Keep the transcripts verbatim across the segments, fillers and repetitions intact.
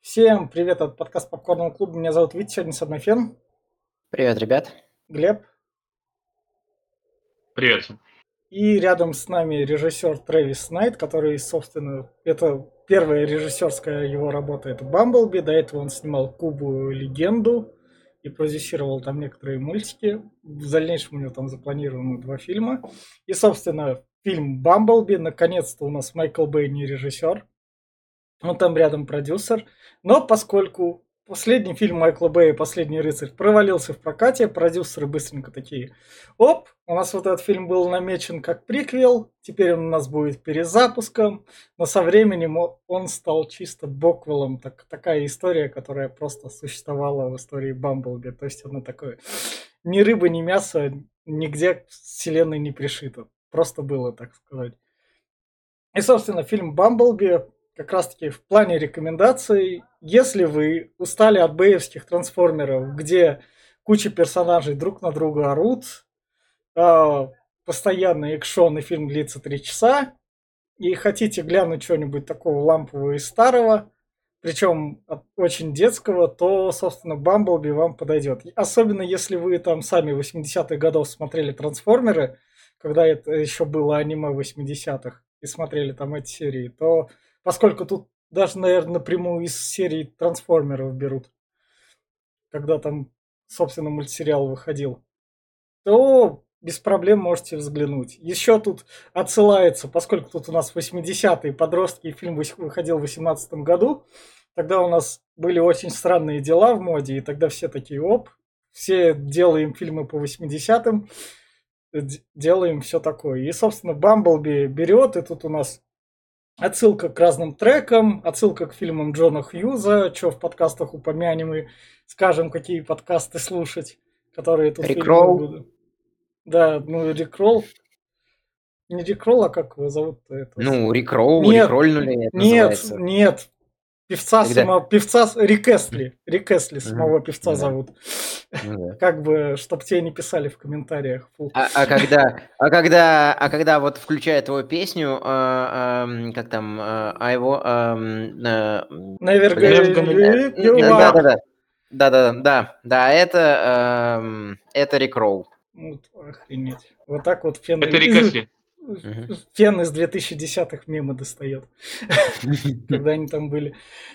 Всем привет от подкаста Попкорного клуба. Меня зовут Витя, сегодня со мной Фен, Привет, ребят. Глеб. Привет. И рядом с нами режиссер Трэвис Найт, который, собственно, это первая режиссерская его работа, это Бамблби. До этого он снимал Кубу Легенду и продюсировал там некоторые мультики. В дальнейшем у него там запланированы два фильма. И, собственно, фильм Бамблби, наконец-то у нас Майкл Бэй не режиссер. Он там рядом продюсер. Но поскольку последний фильм Майкла Бэя «Последний рыцарь» провалился в прокате, продюсеры быстренько такие: оп, у нас вот этот фильм был намечен как приквел, теперь он у нас будет перезапуском, но со временем он стал чисто боквелом. Так, такая история, которая просто существовала в истории Бамблби. То есть она такое: ни рыба, ни мясо нигде в вселенной не пришито. Просто было, так сказать. И, собственно, фильм «Бамблби» как раз-таки в плане рекомендаций. Если вы устали от бэевских трансформеров, где куча персонажей друг на друга орут, э, постоянный экшон и фильм длится три часа, и хотите глянуть что-нибудь такого лампового и старого, причем очень детского, то, собственно, «Бамблби» вам подойдет. Особенно если вы там сами в восьмидесятых годов смотрели «Трансформеры», когда это еще было аниме восьмидесятых, и смотрели там эти серии, то поскольку тут даже, наверное, напрямую из серии «Трансформеров» берут, когда там, собственно, мультсериал выходил, то без проблем можете взглянуть. Еще тут отсылается, поскольку тут у нас восьмидесятые подростки, и фильм выходил в восемнадцатом году, тогда у нас были очень странные дела в моде, и тогда все такие: оп, все делаем фильмы по восьмидесятым, делаем все такое. И, собственно, Бамблби берет, и тут у нас отсылка к разным трекам, отсылка к фильмам Джона Хьюза, что в подкастах упомянем и скажем, какие подкасты слушать, которые тут фильмы будут. Да, ну Рикролл. Не Рикролл, а как его зовут-то? Это? Ну, Рикролл, нет, Рикролльнули это нет, называется. Нет, певца Когда? самого, певца Рик Эстли, Рик Эстли самого певца Да. зовут. Ну, да. Как бы, чтоб тебе не писали в комментариях. Фу. А, а когда, а когда, а когда вот включает его песню, а, а, как там, а, а его, а, а, Never блин, gonna Never give you gonna- да, up. да, да, да, да, да, да, это, а, это Рикролл. Вот, охренеть. Вот так вот Фен, Это Рик из, Эстли. Фен из две тысячи десятых мемы достает, когда они там были.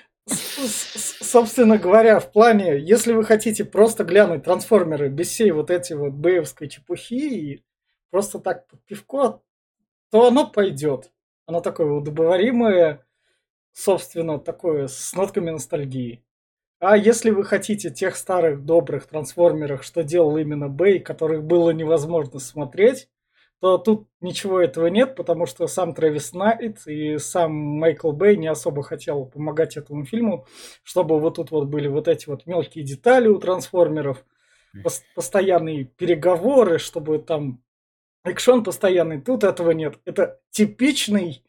Собственно говоря, в плане, если вы хотите просто глянуть «Трансформеры» без всей вот эти вот бэевской чепухи и просто так под пивко, то оно пойдет. Оно такое удобоваримое, собственно, такое с нотками ностальгии. А если вы хотите тех старых добрых трансформеров, что делал именно Бэй, которых было невозможно смотреть, то тут ничего этого нет, потому что сам Трэвис Найт и сам Майкл Бэй не особо хотел помогать этому фильму, чтобы вот тут вот были вот эти вот мелкие детали у трансформеров, пос- постоянные переговоры, чтобы там экшон постоянный. Тут этого нет. Это типичный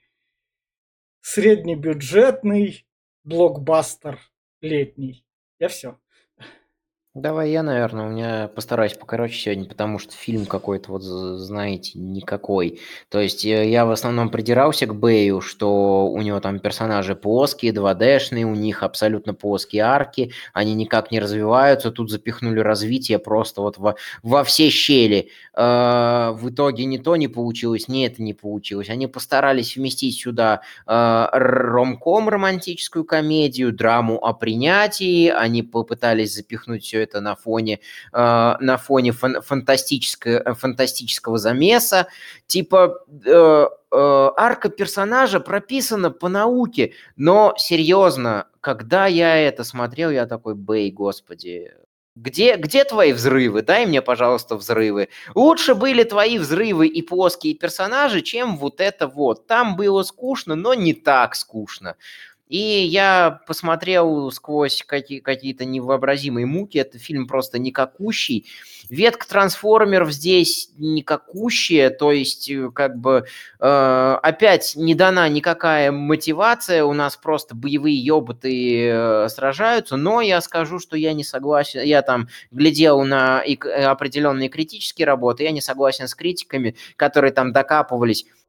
среднебюджетный блокбастер летний. Я все. Давай я, наверное, у меня постараюсь покороче сегодня, потому что фильм какой-то, вот, з- знаете, никакой. То есть э, я в основном придирался к Бэю, что у него там персонажи плоские, два дэ-шные, у них абсолютно плоские арки, они никак не развиваются, тут запихнули развитие просто вот во, во все щели. Э, В итоге ни то не получилось, ни это не получилось. Они постарались вместить сюда э, ромком, романтическую комедию, драму о принятии, они попытались запихнуть все это на фоне, э, на фоне фан- фантастического, фантастического замеса. Типа э, э, арка персонажа прописана по науке, но серьезно, когда я это смотрел, я такой: Бэй, господи, где, где твои взрывы? Дай мне, пожалуйста, взрывы. Лучше были твои взрывы и плоские персонажи, чем вот это вот. Там было скучно, но не так скучно. И я посмотрел сквозь какие- какие-то невообразимые муки. Это фильм просто никакущий. Ветка трансформеров здесь никакущая. То есть, э, как бы, э, опять не дана никакая мотивация. У нас просто боевые ёботы э, сражаются. Но я скажу, что я не согласен. Я там глядел на и- определенные критические работы. Я не согласен с критиками, которые там докапывались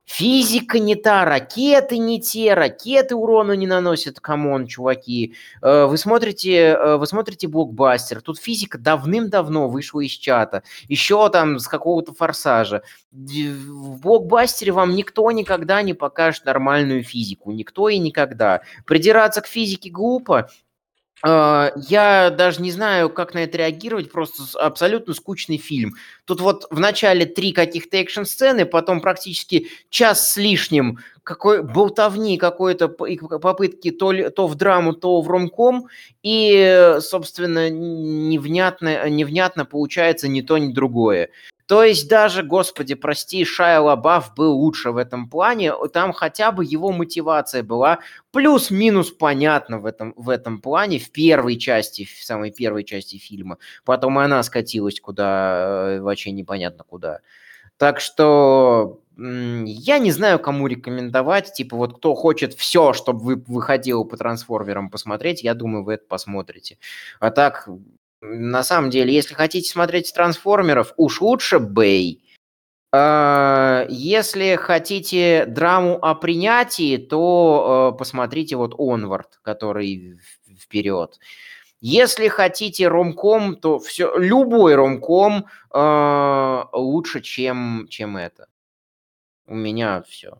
Физика не та, ракеты не те, ракеты урона не наносят, камон, чуваки. Э, Вы смотрите, э, вы смотрите блокбастер, тут физика давным-давно вышла из чата, еще там с какого-то форсажа. Д- В блокбастере вам никто никогда не покажет нормальную физику, никто и никогда. Придираться к физике глупо. А, я даже не знаю, как на это реагировать, просто с абсолютно скучный фильм. Тут вот в начале три каких-то экшн-сцены, потом практически час с лишним какой болтовни какой-то п и п попытки то ли то в драму, то в ромком, и, э, собственно, н невнятно невнятно получается ни то, ни другое. То есть даже, господи, прости, Шайа Лабаф был лучше в этом плане. Там хотя бы его мотивация была плюс-минус понятно в этом, в этом плане, в первой части, в самой первой части фильма. Потом и она скатилась куда, э, вообще непонятно куда. Так что м, я не знаю, кому рекомендовать. Типа вот кто хочет все, чтобы вы выходило по трансформерам посмотреть, я думаю, вы это посмотрите. А так, м, на самом деле, если хотите смотреть трансформеров, уж лучше Бэй. А, Если хотите драму о принятии, то э, посмотрите вот Onward, который в- вперед. Если хотите ромком, то все, любой ромком э, лучше, чем, чем это. У меня все.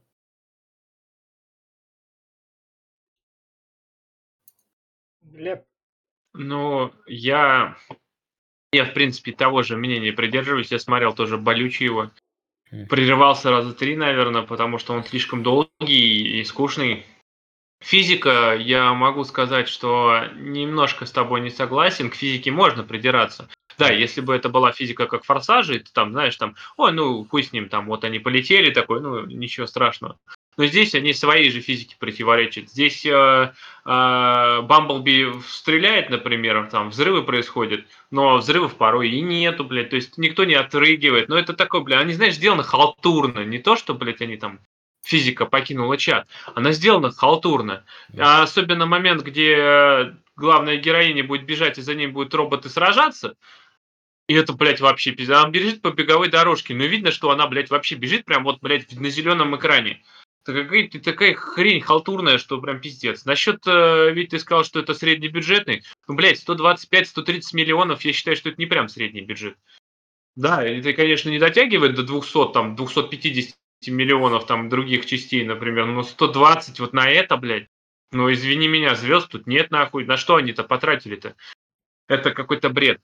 Глеб, Ну, я, я, в принципе, того же мнения придерживаюсь. Я смотрел тоже болючий его. Прерывался раза три, наверное, потому что он слишком долгий и скучный. Физика, я могу сказать, что немножко с тобой не согласен. К физике можно придираться. Да, если бы это была физика как форсажи, ты там, знаешь, там, ой, ну, хуй с ним, там, вот они полетели, такой, ну, ничего страшного. Но здесь они своей же физике противоречат. Здесь э, э, Бамблби стреляет, например, там взрывы происходят, но взрывов порой и нету, блядь, то есть никто не отрыгивает. Но это такое, блядь, они, знаешь, сделаны халтурно. Не то, что, блядь, они там физика покинула чат. Она сделана халтурно. А особенно момент, где главная героиня будет бежать, и за ней будут роботы сражаться. И это, блядь, вообще пиздец. Она бежит по беговой дорожке, но видно, что она, блядь, вообще бежит прям вот, блядь, на зеленом экране. Это какая-то такая хрень халтурная, что прям пиздец. Насчет, э, ведь ты сказал, что это среднебюджетный. Ну, блядь, сто двадцать пять - сто тридцать миллионов, я считаю, что это не прям средний бюджет. Да, это, конечно, не дотягивает до двухсот, там, двухсот пятидесяти миллионов там других частей, например, но сто двадцать вот на это, блядь. Ну, извини меня, звезд тут нет нахуй. На что они-то потратили-то? Это какой-то бред.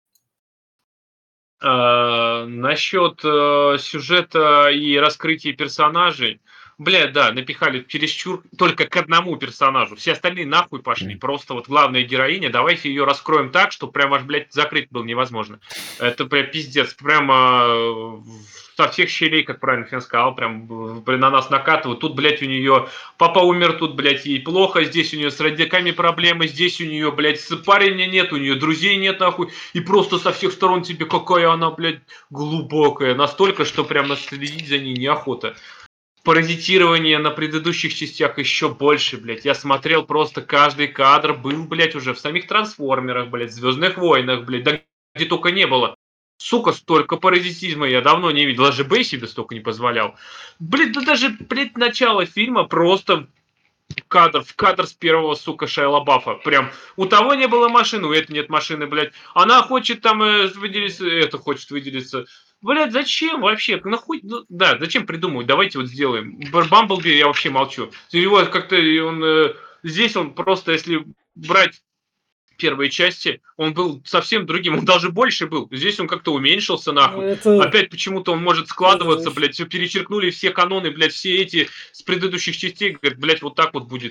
А, насчет э, сюжета и раскрытия персонажей. Бля, да, напихали чересчур только к одному персонажу. Все остальные нахуй пошли. Просто вот главная героиня, давайте ее раскроем так, что прям аж, блядь, закрыть было невозможно. Это прям пиздец. Прямо э, со всех щелей, как правильно Фен сказал, прям э, на нас накатывают. Тут, блядь, у нее папа умер, тут, блядь, ей плохо. Здесь у нее с родителями проблемы. Здесь у нее, блядь, парня нет, у нее друзей нет, нахуй. И просто со всех сторон тебе какая она, блядь, глубокая. Настолько, что прямо следить за ней неохота. Паразитирование на предыдущих частях еще больше, блядь. Я смотрел просто каждый кадр, был, блядь, уже в самих Трансформерах, блядь, Звездных войнах, блядь, да где только не было. Сука, столько паразитизма я давно не видел. Даже Бэй себе столько не позволял. Блядь, да даже, блядь, начало фильма просто кадр, в кадр с первого, сука, Шайа Лабафа. Прям у того не было машины, у этого нет машины, блядь. Она хочет там э, выделиться, это хочет выделиться. Блядь, зачем вообще? Нахуй, ну, да, зачем придумывать? Давайте вот сделаем. Бамблби я вообще молчу. Его как-то, он, э, здесь он просто, если брать первой части, он был совсем другим, он даже больше был. Здесь он как-то уменьшился, ну нахуй. это... Опять почему-то он может складываться, блядь, все перечеркнули все каноны, блядь, все эти с предыдущих частей, говорят, блядь, вот так вот будет.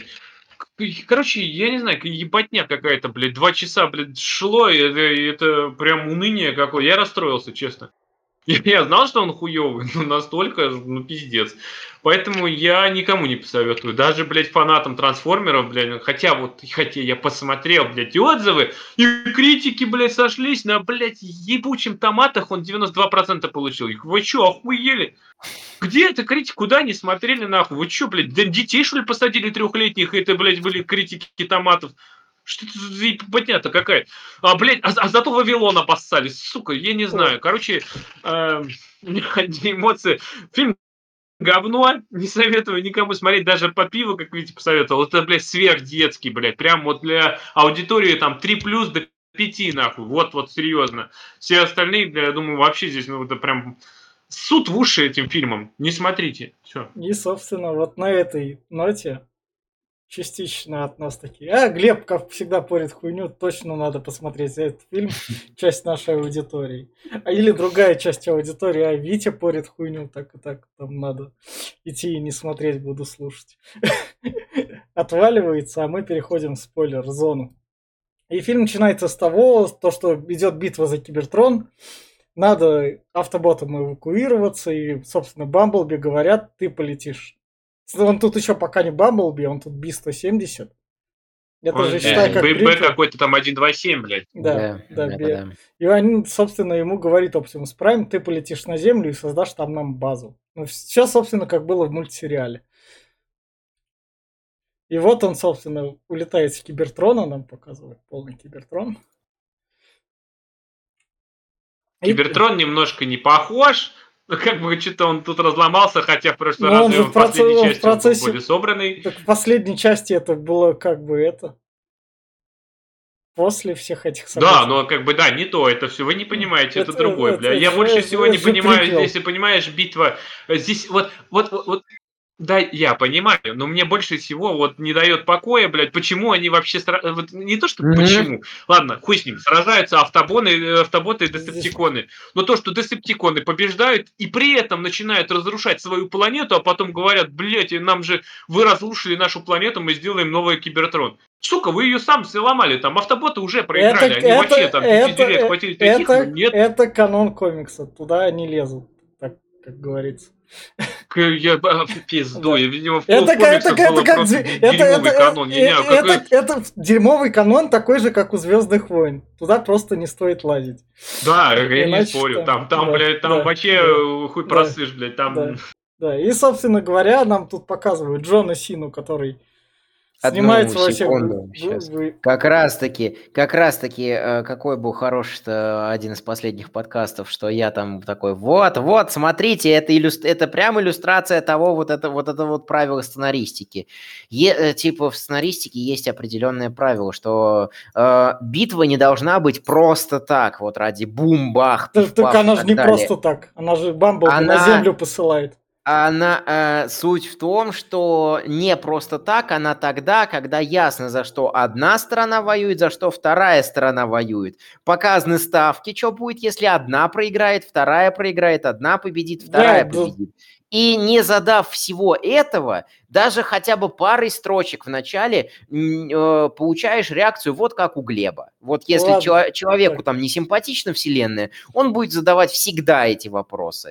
Короче, я не знаю, ебатня какая-то, блядь, два часа, блядь, шло, и это, и это прям уныние какое. Я расстроился, честно. Я, я знал, что он хуёвый, но настолько, ну, пиздец. Поэтому я никому не посоветую. Даже, блядь, фанатам трансформеров, блядь, хотя вот, хотя я посмотрел, блядь, и отзывы, и критики, блядь, сошлись на, блядь, ебучем томатах, он девяносто два процента получил. Вы чё, охуели? Где эта критика? Куда они смотрели, нахуй? Вы чё, блядь, да детей, что ли, посадили трехлетних, и это, блядь, были критики томатов? Что это за ебатня-то какая? А, блядь, а, а зато Вавилон обоссали, сука, я не знаю. Короче, э, у меня одни эмоции. Фильм говно, не советую никому смотреть, даже по пиву, как видите, посоветовал. Это, блядь, сверхдетский, блядь, прям вот для аудитории там три плюс до пяти, нахуй, вот, вот, серьезно. Все остальные, бля, я думаю, вообще здесь, ну, это прям суд в уши этим фильмом, не смотрите, все. И, собственно, вот на этой ноте частично от нас такие. А, Глеб, как всегда, порит хуйню, точно надо посмотреть этот фильм, часть нашей аудитории. А или другая часть аудитории, а Витя порит хуйню, так и так, там надо идти и не смотреть, буду слушать. Отваливается, а мы переходим в спойлер-зону. И фильм начинается с того, то, что идет битва за Кибертрон, надо автоботом эвакуироваться, и, собственно, Бамблби говорят, ты полетишь. Он тут еще пока не Бамблби, он тут Би сто семьдесят. Это Он, же э, считай как Б Бритва. какой-то там один два семь, блядь. Да, да, да, Би. да. И они, собственно, ему говорит Оптимус Прайм, ты полетишь на Землю и создашь там нам базу. Ну, все, собственно, как было в мультсериале. И вот он, собственно, улетает с Кибертрона, нам показывает полный Кибертрон. И- Кибертрон немножко не похож, ну, как бы что-то он тут разломался, хотя в прошлый Но раз он же в в проце- последней он в части он был процессе- более собранный. Так в последней части это было как бы это. После всех этих событий. Да, но как бы да, не то, это все, вы не понимаете, это, Это- другое, это- бля. это Я же- больше это всего не же понимаю, приквел. если понимаешь, битва. э, Здесь вот, вот, вот, вот, да, я понимаю, но мне больше всего вот не дает покоя, блядь, почему они вообще сра- э, вот не то, что Мгм. почему. Ладно, хуй с ним, сражаются автобоны, э, автоботы и десептиконы. Но то, что десептиконы побеждают и при этом начинают разрушать свою планету, а потом говорят, блядь, нам же вы разрушили нашу планету, мы сделаем новый Кибертрон. Сука, вы ее сам сломали, там автоботы уже проиграли, Это, они это, вообще там это, пиздюлей э, хватили таких, это, но нет. это канон комикса. Туда они лезут, так как говорится. К- Я а, пизду, Да. я, видимо, в Это, в как- это, комиксах это, было как просто зе- де- это, дерьмовый это, канон. Я не э, знаю, как- это, это дерьмовый канон такой же, как у Звездных войн. Туда просто не стоит лазить. Да, я не Иначе спорю. там- Там, там, да, блядь, там да, вообще да, э, хуй да, просышь, блядь, там... Да. Да, и, собственно говоря, нам тут показывают Джона Сину, который Одну снимается во всех... секунду вы- сейчас. вы- Как раз таки, как раз таки, э, какой был хороший-то один из последних подкастов, что я там такой, вот, вот, смотрите, это, иллюст... это прям иллюстрация того, вот это вот, это вот правило сценаристики. Е- э, типа в сценаристике есть определенное правило, что э, битва не должна быть просто так, вот ради бум-бах, Так, так пиф-паф и она же так не далее. просто так. Она же Бамблби на Она- землю посылает. Она, э, суть в том, что не просто так, она тогда, когда ясно, за что одна сторона воюет, за что вторая сторона воюет. Показаны ставки, что будет, если одна проиграет, вторая проиграет, одна победит, вторая Да, да. победит. И не задав всего этого, даже хотя бы парой строчек в начале м, э, получаешь реакцию вот как у Глеба. Вот если Ладно, чело- человеку так. там не симпатична вселенная, он будет задавать всегда эти вопросы.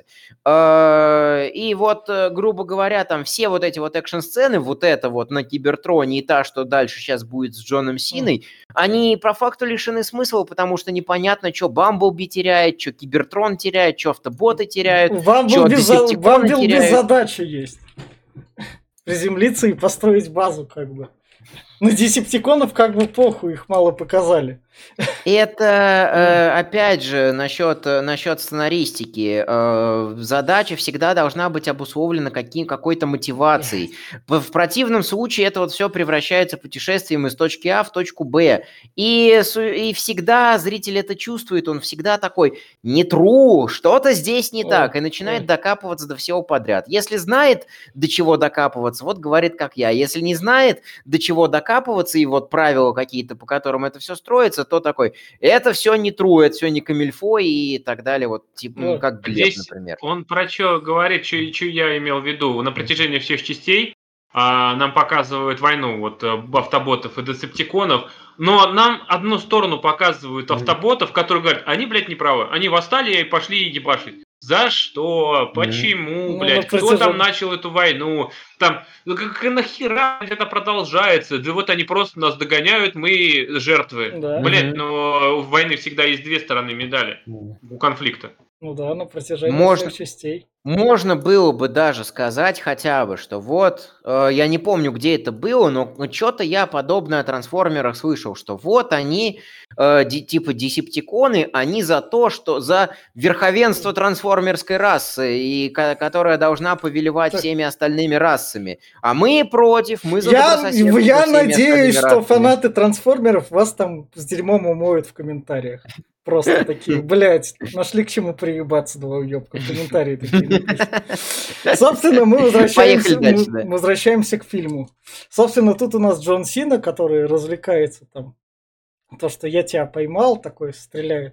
Э, И вот, э, грубо говоря, там все вот эти вот экшн-сцены, вот это вот на Кибертроне и та, что дальше сейчас будет с Джоном Синой, они по факту лишены смысла, потому что непонятно, что Бамблби теряет, что Кибертрон теряет, что автоботы теряют, Вам чё, был без, Десептиконы вам был без теряют? задачи есть. Приземлиться и построить базу, как бы. На десептиконов как бы похуй, их мало показали. Это, э, опять же, насчет, э, насчет сценаристики. Э, задача всегда должна быть обусловлена каким, какой-то мотивацией. В, в противном случае это вот все превращается путешествием из точки А в точку Б. И, су- и всегда зритель это чувствует, он всегда такой, не true, что-то здесь не Ой, так, и начинает ой. докапываться до всего подряд. Если знает, до чего докапываться, вот говорит, как я. Если не знает, до чего докапываться, и вот правила какие-то, по которым это все строится, то такой, это все не true, это все не камильфо и так далее, вот типа, ну, Вот. как Глеб, Здесь например. он про что говорит, что я имел в виду. На протяжении всех частей а, нам показывают войну вот э, автоботов и десептиконов, но нам одну сторону показывают Мгм. автоботов, которые говорят, они, блядь, не правы. Они восстали и пошли ебашить. За что? Почему, Ну, блядь? на Кто протяжении- там начал эту войну? Там, ну как нахера это продолжается? Да вот они просто нас догоняют, мы жертвы. Да. Блядь, Мгм. но в войне всегда есть две стороны медали Мгм. у конфликта. Ну да, на протяжении Можно, всех частей. можно было бы даже сказать хотя бы, что вот, э, я не помню, где это было, но что-то я подобное о трансформерах слышал, что вот они, э, ди- типа десептиконы, они за то, что за верховенство трансформерской расы, и ко- которая должна повелевать Так, всеми остальными расами. А мы против, мы за Я, добрососедство со я всеми надеюсь, остальными что расами. фанаты трансформеров вас там с дерьмом умоют в комментариях. Просто такие, блядь, нашли к чему приебаться, два уёбка. Комментарии такие напишут. Собственно, мы Поехали возвращаемся, дальше, мы да. возвращаемся к фильму. Собственно, тут у нас Джон Сина, который развлекается там. То, что я тебя поймал, такой стреляет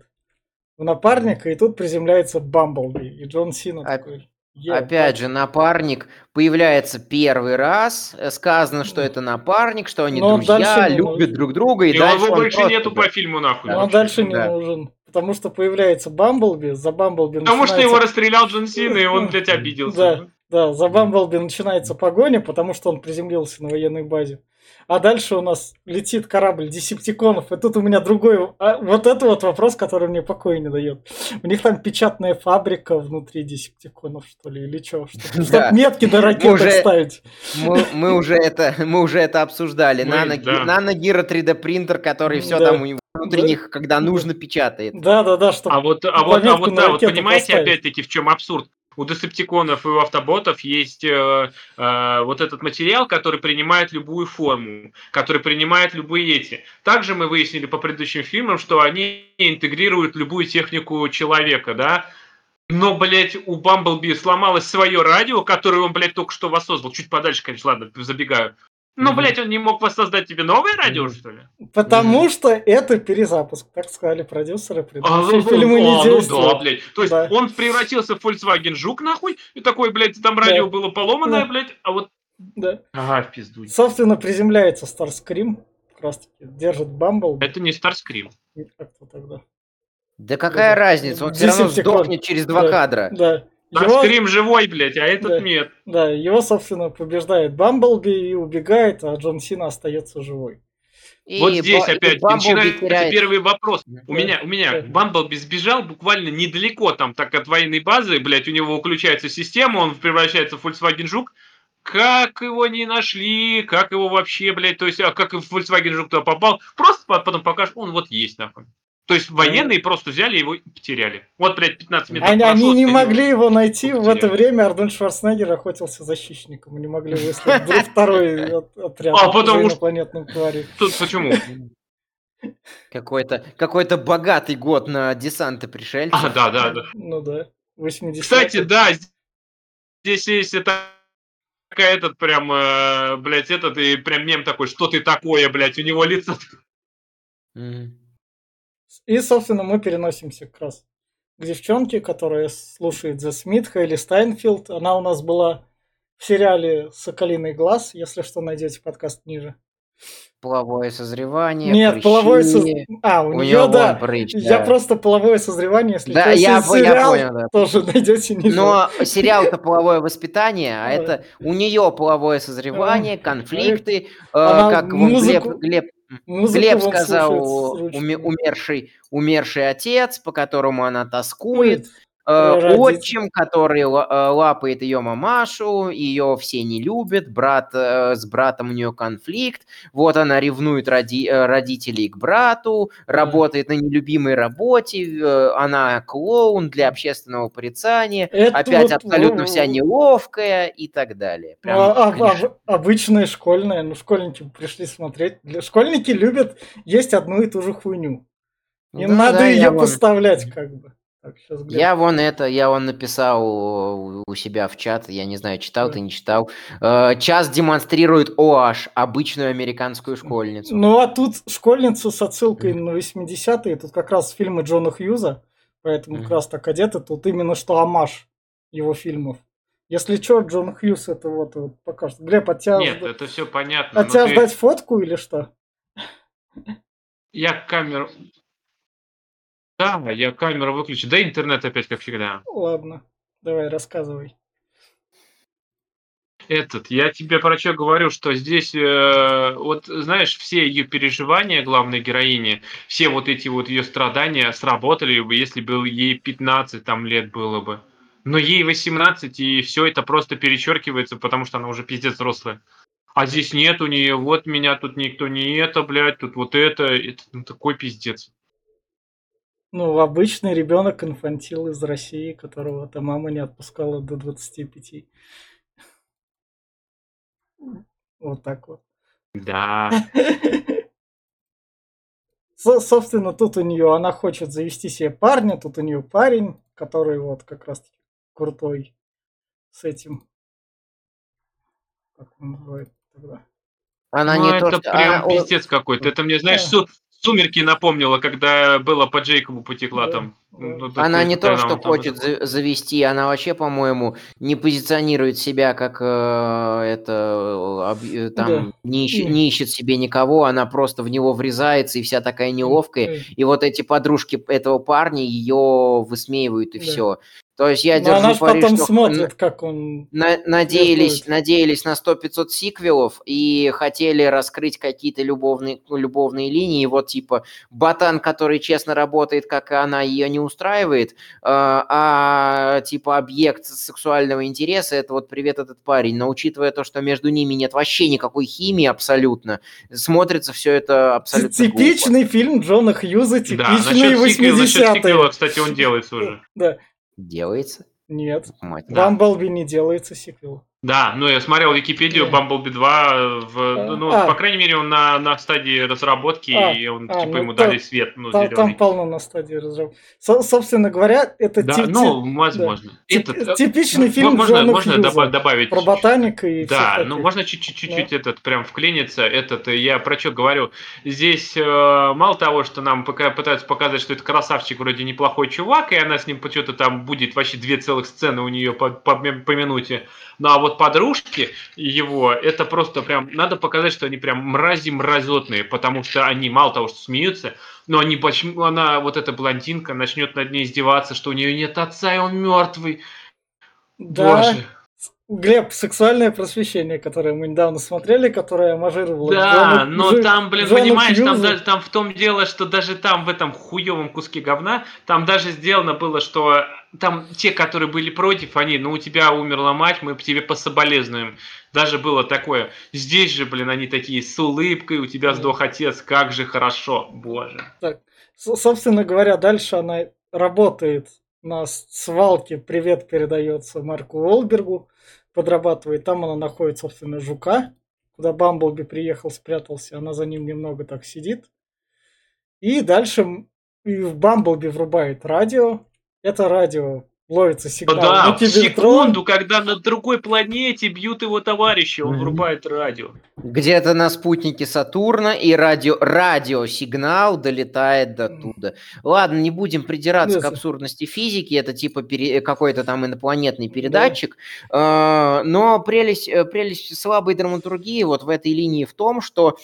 в напарника, и тут приземляется Бамблби. И Джон Сина Оп- такой, Опять ебать. же, напарник появляется первый раз, э, сказано, что это напарник, что они Но он дальше друзья, не любят нужен. друг друга, и И он дальше его он больше просто, нету да, по фильму нахуй Но да, он вообще. дальше не да. нужен. Потому что появляется Бамблби, за Бамблби Потому что его начинается... расстрелял Джон Сина, и он, блядь, обиделся. Да, да, за Бамблби начинается погоня, потому что он приземлился на военной базе. А дальше у нас летит корабль десептиконов, и тут у меня другой... а, вот это вот вопрос, который мне покоя не дает. У них там печатная фабрика внутри десептиконов, что ли, или что? Чтоб Да. метки на Мы ракетах уже, ставить. мы, мы уже это, мы уже это обсуждали. Мы, Нано, да. Нано-Гиро три дэ принтер, который все Да. там у него внутренних, когда Да. нужно, печатает. Да, да, да, чтобы А вот, а вот, а пометку вот, на да, вот ракету понимаете, поставить. опять-таки, в чем абсурд? У десептиконов и у автоботов есть э, э, вот этот материал, который принимает любую форму, который принимает любые эти. Также мы выяснили по предыдущим фильмам, что они интегрируют любую технику человека, да. Но, блядь, у Бамблби сломалось свое радио, которое он, блядь, только что воссоздал. Чуть подальше, конечно, ладно, забегаю. Но, Мгм. блядь, он не мог воссоздать тебе новое радио, Мгм. что ли? Потому Мгм. что это перезапуск, так сказали продюсеры. А, Предыдущие ну, фильмы не а, ну да, действуют. блядь. То есть Да, он превратился в Volkswagen Жук, нахуй, и такой, блядь, там радио да, было поломанное, да, блядь, а вот... да. Ага, в пизду. Собственно, приземляется Старскрим. Как раз таки держит Бамблби. Это не Старскрим. И как то тогда? Да какая Или разница, он все равно Десептикон. сдохнет через два Да, кадра. да. Его, Старскрим живой, блядь, а этот да, нет. да, его, собственно, побеждает Бамблби и убегает, а Джон Сина остается живой. Вот И, здесь Ба- и опять-таки Бамблби начинается теряет. первый вопрос. У Да, меня, у меня да. Бамблби сбежал буквально недалеко там так от военной базы, блядь, у него выключается система, он превращается в Volkswagen Жук. Как его не нашли, как его вообще, блядь, то есть, а как в Volkswagen Жук туда попал, просто потом покажешь, он вот есть, нахуй. То есть Они, военные просто взяли его и потеряли. Вот, блядь, пятнадцать метров они, прошло, они не сходил, могли его найти. В это потеряли. время Арнольд Шварценеггер охотился за хищником. Не могли выслать вдруг второй от- отряд А за потому что... инопланетным тварью. Тут почему? Какой-то какой-то богатый год на десанты А, пришельцев. да, да, да. Ну да, Кстати, восьмидесятые. да, здесь есть это такая этот прям, э, блядь, этот и прям мем такой, что ты такое, блядь, у него лицо. Мгм. И, собственно, мы переносимся как раз к девчонке, которая слушает The Смит, Хейли Стайнфилд. Она у нас была в сериале «Соколиный глаз», если что, найдете подкаст ниже. Половое созревание, Нет, половое созревание... прыщи. А, у, У нее, него вон да. прыщ, Я да. просто половое созревание, если Да, что, я, се- по- я сериал понял, да. тоже найдете ниже. Но сериал-то половое воспитание, а Да. это у нее половое А, созревание, конфликты, э, Она как вон Глеб, музыку, Глеб, музыку Глеб вон сказал, слушает с уме- ручками. умерший, умерший отец, по которому она Ну, тоскует, э, прародитель. отчим, который ла- э, лапает ее мамашу, ее все не любят, брат э, с братом у нее конфликт, вот она ревнует роди- э, родителей к брату, Да. работает на нелюбимой работе, э, она клоун для общественного порицания, Это опять вот абсолютно вся в- неловкая и так далее. ну, а- Прям а- клише. об- обычная школьная, ну школьники пришли смотреть. Для- Школьники любят есть одну и ту же хуйню. Им Да, надо да, я ее вон, поставлять, как бы. Так, сейчас Глеб. я вон это, я вон написал у у себя в чат, я не знаю, читал Да. ты, не читал. Э, Час демонстрирует ОАШ, обычную американскую школьницу. Ну а тут школьницу с отсылкой на восьмидесятые, тут как раз фильмы Джона Хьюза, поэтому как Мгм. раз так одеты, тут именно что омаж его фильмов. Если что, Джон Хьюз это вот, вот покажет. Глеб, от тебя, Нет, жда- это все понятно, от но тебя ты... ждать фотку или что? Я камеру... Да, я камеру выключу. Да, интернет опять, как всегда. Ладно, давай, рассказывай. Этот, я тебе про что говорю, что здесь, э, вот знаешь, все ее переживания главной героини, все вот эти вот ее страдания сработали бы, если бы ей пятнадцать там лет было бы. Но ей восемнадцать, и все это просто перечеркивается, потому что она уже пиздец взрослая. А здесь нет у нее, вот меня тут никто не это, блядь, тут вот это, это ну, такой пиздец. Ну, обычный ребенок инфантил из России, которого-то мама не отпускала до двадцати пяти. Вот так вот. Да. Со- Собственно, тут у нее, она хочет завести себе парня, тут у нее парень, который вот как раз таки крутой с этим, как он называет тогда. Она Ну, не то, это что... Она, прям о, пиздец какой-то. Это мне, знаешь, А, су- сумерки напомнило, когда было по Джейкобу потекла да, там. да. Ну, это, она не это то, прям что он там хочет такой. за- завести, она вообще, по-моему, не позиционирует себя как э, это э, об- э, Да. там не ищет, Не. не ищет себе никого, она просто в него врезается и вся такая неловкая. Э, И вот эти подружки этого парня ее высмеивают и Да. все. То есть я Но она держу же пари, потом что н- смотрит, как он на- надеялись, флиртует. надеялись на сто пятьсот сиквелов и хотели раскрыть какие-то любовные, ну, любовные линии. Вот типа ботан, который честно работает, как и она, ее не устраивает, э, а типа объект сексуального интереса это вот привет этот парень. Но учитывая то, что между ними нет вообще никакой химии абсолютно, смотрится все это Ти- абсолютно глупо. Типичный фильм Джона Хьюза, Да, типичные насчет сиквела, насчет сиквела, восьмидесятые. кстати, он делается уже. Да. Делается? Нет. Мать. Да. Бамблби не делается сиквел. Да, ну я смотрел Википедию, Да. Bumblebee два, в, А, ну, а. по крайней мере, он на, на стадии разработки, А, и он, а, типа, ну, ему то- дали свет, ну, Там, там зеленый. полно на стадии разработки. Со- собственно говоря, это Да, ти- ну, ти- возможно. да, Этот, тип- э, типичный м- фильм можно, Джона можно Хьюза доба- добавить про ботаника и всех Да, таких. ну можно чуть-чуть чуть-чуть Да. этот прям вклиниться. Этот, э, я про что говорю. Здесь э, мало того, что нам пока пытаются показать, что это красавчик, вроде неплохой чувак, и она с ним почему-то там будет вообще две целых сцены у нее по, по, по минуте. Ну а вот подружки его, это просто прям, надо показать, что они прям мрази-мразотные, потому что они мало того, что смеются, но они почему, она, вот эта блондинка, начнет над ней издеваться, что у нее нет отца, и он мертвый. Да. Боже. Глеб, сексуальное просвещение, которое мы недавно смотрели, которое амажировало Да, Джону, но Джо- там, блин, Джону понимаешь, там Хьюзу. даже там в том дело, что даже там в этом хуевом куске говна, там даже сделано было, что там те, которые были против, они, ну у тебя умерла мать, мы тебе пособолезнуем. Даже было такое. Здесь же, блин, они такие с улыбкой, у тебя сдох отец, как же хорошо, боже. Так, с- собственно говоря, дальше она работает на с- свалке. Привет передается Марку Уолбергу. Подрабатывает. Там она находит, собственно, жука, куда Бамблби приехал, спрятался. Она за ним немного так сидит. И дальше м- и в Бамблби врубает радио. Это радио ловится сигнал Да, на в Кибертрон. секунду, когда на другой планете бьют его товарища, он Мгм. врубает радио. Где-то на спутнике Сатурна, и радио, радиосигнал долетает до туда. Ладно, не будем придираться к Это- абсурдности физики, это типа пере- какой-то там инопланетный передатчик, Э, но прелесть, э, прелесть слабой драматургии вот в этой линии в том, что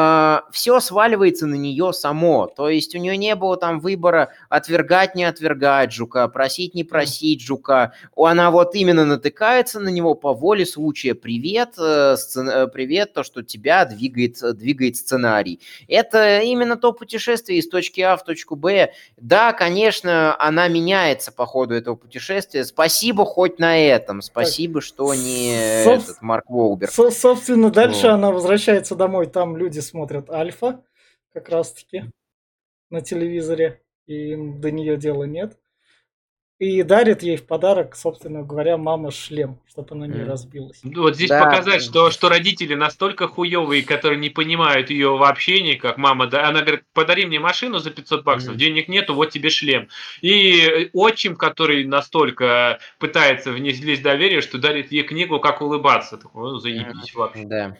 все сваливается на нее само, то есть у нее не было там выбора отвергать, не отвергать жука, просить, не просить жука, она вот именно натыкается на него по воле случая. Привет, э, сцен- э, привет, то, что тебя двигает, э, двигает сценарий. Это именно то путешествие из точки А в точку Б. Да, конечно, она меняется по ходу этого путешествия. Спасибо хоть на этом. Спасибо, что не Соб- этот Марк Уолберг. Со- собственно, дальше Вот. она возвращается домой. Там люди смотрят Альфа, как раз-таки, на телевизоре. И им до нее дела нет. И дарит ей в подарок, собственно говоря, мама шлем, чтобы она не Мгм. разбилась. Ну, Вот здесь Да. показать, что, что родители настолько хуевые, которые не понимают ее вообще никак. Мама, да, она говорит, подари мне машину за пятьсот баксов, Мгм. денег нету, вот тебе шлем. И отчим, который настолько пытается в ней влезть доверие, что дарит ей книгу «Как улыбаться». Такой, ну, заебись вообще. Да.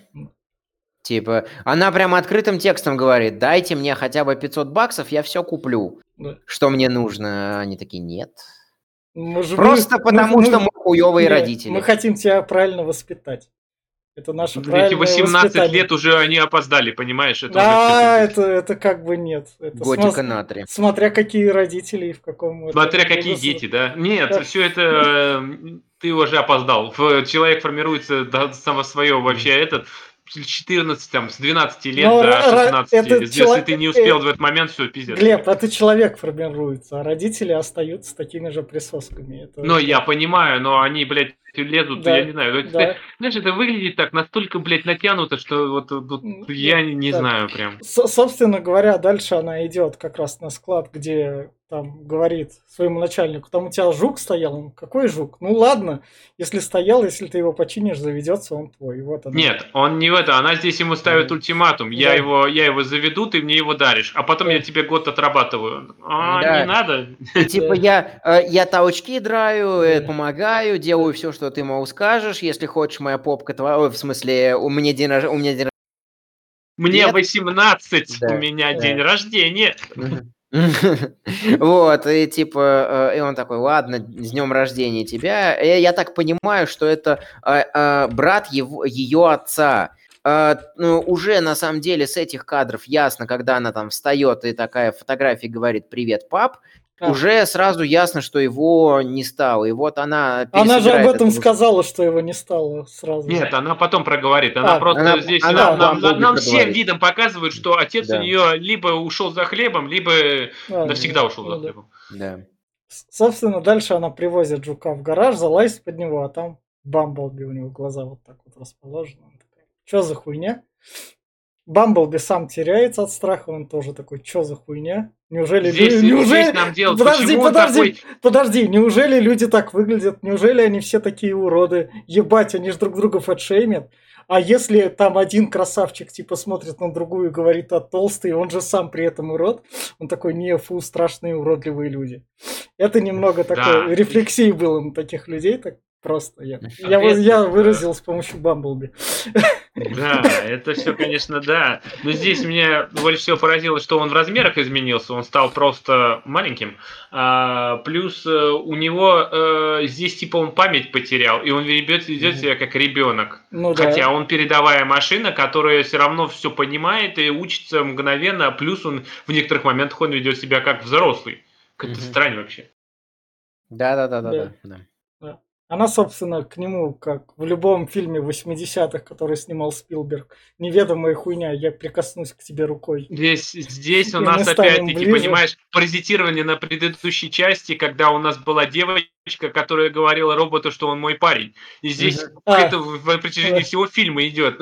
Типа, она прям открытым текстом говорит, дайте мне хотя бы пятьсот баксов, я все куплю. Да. Что мне нужно? Они такие, нет. Мы же- Просто мы- потому, мы- что мы хуёвые не, родители. Мы хотим тебя правильно воспитать. Это наше Эти правильное восемнадцать воспитание. лет уже они опоздали, понимаешь? Это уже Да, всё. это, это как бы нет. Это Годика сма- на три. смотря какие родители и в каком это Смотря какие возрасте. дети, да? Нет, Да. все это э, ты уже опоздал. В- Человек формируется до самого своего вообще этот с четырнадцати, там, с двенадцати лет Но до ра- ра- шестнадцати. это Если ты человек... не успел в этот момент, все, пиздец тебе. Глеб, это человек формируется, а родители остаются такими же присосками. Это, Ну, я это- понимаю, но они, блядь, лезут, я Да, не знаю. Это, да. знаешь, это выглядит так настолько, блядь, натянуто, что вот, вот М, я ну, не, не так. знаю прям. Со- собственно говоря, дальше она идет как раз на склад, где там говорит своему начальнику, там у тебя жук стоял. Он, какой жук? Ну ладно, если стоял, если ты его починишь, заведется, он твой. Вот она. Нет, он не в это. Она здесь ему ставит ультиматум. Я Да. его, я его заведу, ты мне его даришь, а потом Да. я тебе год отрабатываю. А, Да. не надо. И типа Да. я, э, я толчки драю, э, Да. помогаю, делаю все, что ты, мол, скажешь. Если хочешь, моя попка твоя... Ой, в смысле, у меня день рождения... У меня день Мне Нет. восемнадцать, Да, у меня да. день рождения. Мгм. Вот, и типа, э, и он такой, ладно, с днем рождения тебя. Э, Я так понимаю, что это а, а, брат его, ее отца. А, ну, уже на самом деле с этих кадров ясно, когда она там встает и такая фотография говорит «Привет, пап», А. уже сразу ясно, что его не стало. И вот она Она же об пересыграет этом эту- сказала, что его не стало сразу. Нет, она потом проговорит. Она А, просто она- здесь она нам, нам- в Бамблби нам всем проговорит. видом показывает, что отец Да. у нее либо ушел за хлебом, либо А, навсегда ушел ну за да. хлебом. Да. С- Собственно, дальше она привозит жука в гараж, залазит под него, а там Бамблби, у него глаза вот так вот расположены. Что за хуйня? Бамблби сам теряется от страха, он тоже такой, что за хуйня? Неужели Здесь, люди... Неужели... здесь нам делать, Подожди, почему он подожди, такой... подожди, неужели люди так выглядят? Неужели они все такие уроды? Ебать, они же друг друга фэтшеймят. А если там один красавчик типа смотрит на другую и говорит, а толстый, он же сам при этом урод, он такой, не, фу, страшные уродливые люди. Это немного Да. такой рефлексии было на таких людей, так просто я, я, вы- Соответственно, я выразил с помощью Бамблби. Да, это все, конечно, да. Но здесь меня больше всего поразило, что он в размерах изменился, он стал просто маленьким. А, плюс э, у него э, здесь типа он память потерял, и он ведет, ведет себя как ребенок. Ну да. Хотя он передовая машина, которая все равно все понимает и учится мгновенно, плюс он в некоторых моментах он ведет себя как взрослый. Как-то Мгм. странно вообще. Да-да-да-да-да. да. Да. Она, собственно, к нему, как в любом фильме восьмидесятых, который снимал Спилберг, неведомая хуйня, я прикоснусь к тебе рукой. Здесь, здесь у И нас мы станем опять-таки, ближе. понимаешь, паразитирование на предыдущей части, когда у нас была девочка, которая говорила роботу, что он мой парень. И здесь Мгм. А. это в в протяжении Да. всего фильма идет.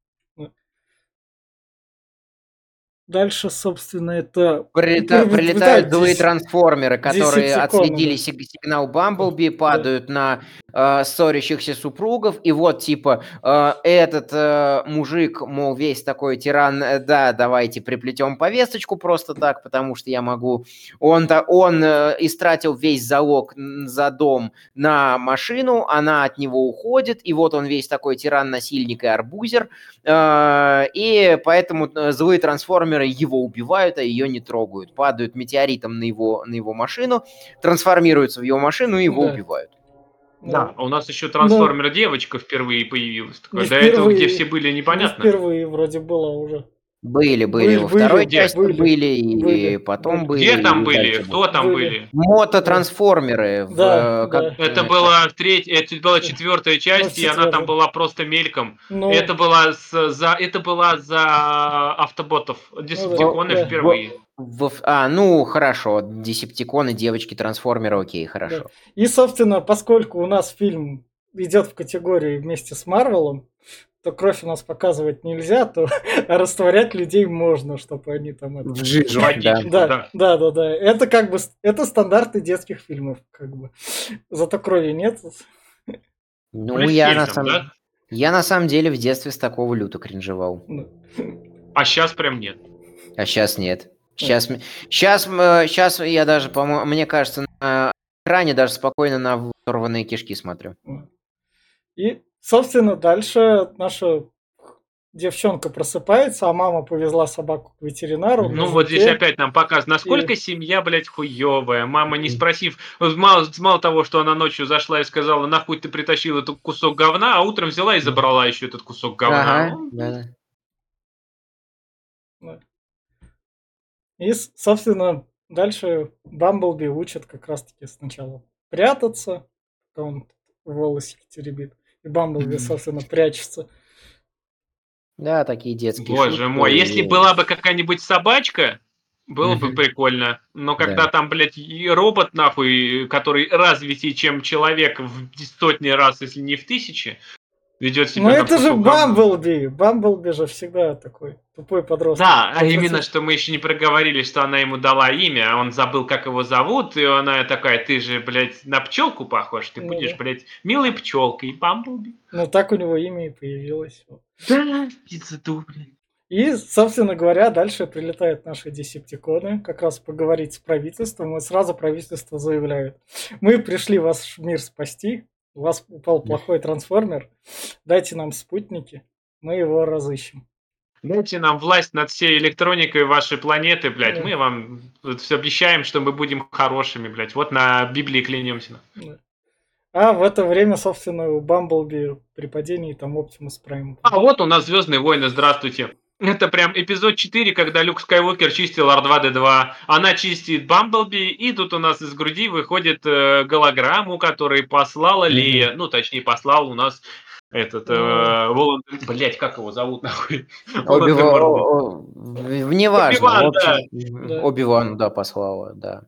Дальше, собственно, это... Прилета- Вы- прилетают да, злые дес- трансформеры, которые десептиконы, отследили да. сиг- сигнал Бамблби, падают на э, ссорящихся супругов, и вот типа э, этот э, мужик, мол, весь такой тиран, э, да, давайте приплетем повесточку просто так, потому что я могу. Он-то он э, истратил весь залог н- за дом на машину, она от него уходит, и вот он весь такой тиран-насильник и арбузер, э, и поэтому э, злые трансформеры его убивают, а ее не трогают. Падают метеоритом на его, на его машину, трансформируются в его машину и его Да. убивают. Да, а у нас еще трансформер девочка впервые появилась. Такое. Не До этого, где впервые. все были, Не непонятно. впервые вроде было уже. Были, были, Были, во второй были, части были, были, и были, потом были. были. Где там и были? дальше Кто там Были. были? Мототрансформеры. в, Да, э, как- да. Это была в третьей, это была четвертая Ну, часть, и она четвёртая. там была просто мельком. Ну, Это была с- за, это была за автоботов, десептиконы да. впервые. в- а, ну, хорошо, десептиконы, девочки-трансформеры, окей, хорошо. да. И, собственно, поскольку у нас фильм идет в категории вместе с Марвелом, то кровь у нас показывать нельзя, то растворять людей можно, чтобы они там... это- В жижу, Водить. да. Да, Да. да, да, да. Это как бы с- это стандарты детских фильмов, как бы. Зато крови нет. Ну, Плюс я фильм на, там, самом... да? я на самом деле в детстве с такого люто кринжевал. Ну, А сейчас прям нет. А сейчас нет. Сейчас, сейчас, сейчас я даже, по-моему, мне кажется, на экране даже спокойно на оторванные кишки смотрю. И, собственно, дальше наша девчонка просыпается, а мама повезла собаку к ветеринару. Ну вот здесь опять нам показывают, насколько и... семья, блядь, хуевая. Мама, не спросив, мало, мало того, что она ночью зашла и сказала, нахуй ты притащил этот кусок говна, а утром взяла и забрала еще этот кусок говна. Ага, да. И, собственно, дальше Бамблби учат как раз-таки сначала прятаться, пока он волосики теребит. И Бамблби, собственно, прячется. Да, такие детские Боже шутки. мой, если была бы какая-нибудь собачка, было бы прикольно. Но когда Да. там, блядь, робот, нахуй, который развитее, чем человек в сотни раз, если не в тысячи, ведет себя Ну как это же кусок говна. Бамблби. Бамблби же всегда такой тупой подросток. Да, а Хотя- именно, что мы еще не проговорили, что она ему дала имя, а он забыл, как его зовут, и она такая, ты же, блядь, на пчелку похож, ты Ну будешь, да. блядь, милой пчелкой, Бамблби. Ну так у него имя и появилось. Да, пиздату, блядь. И, собственно говоря, дальше прилетают наши десептиконы, как раз поговорить с правительством, и сразу правительство заявляет: мы пришли ваш мир спасти, у вас упал плохой трансформер, дайте нам спутники, мы его разыщем. Дайте нам власть над всей электроникой вашей планеты, блядь. Да. Мы вам все обещаем, что мы будем хорошими, блядь. Вот на Библии клянемся. Да. А в это время, собственно, у Бамблби при падении там Оптимус Прайм. А вот у нас Звездные войны, здравствуйте. Это прям эпизод четыре, когда Люк Скайуокер чистил ар два дэ два. Она чистит Бамблби, и тут у нас из груди выходит э, голограмму, которую послала Лея. Ну, точнее, послал у нас этот э, Волан... Блять, как его зовут, нахуй? Оби-Ван, неважно. Оби-Ван, в общем, да. Оби-Вану, да, послала, да.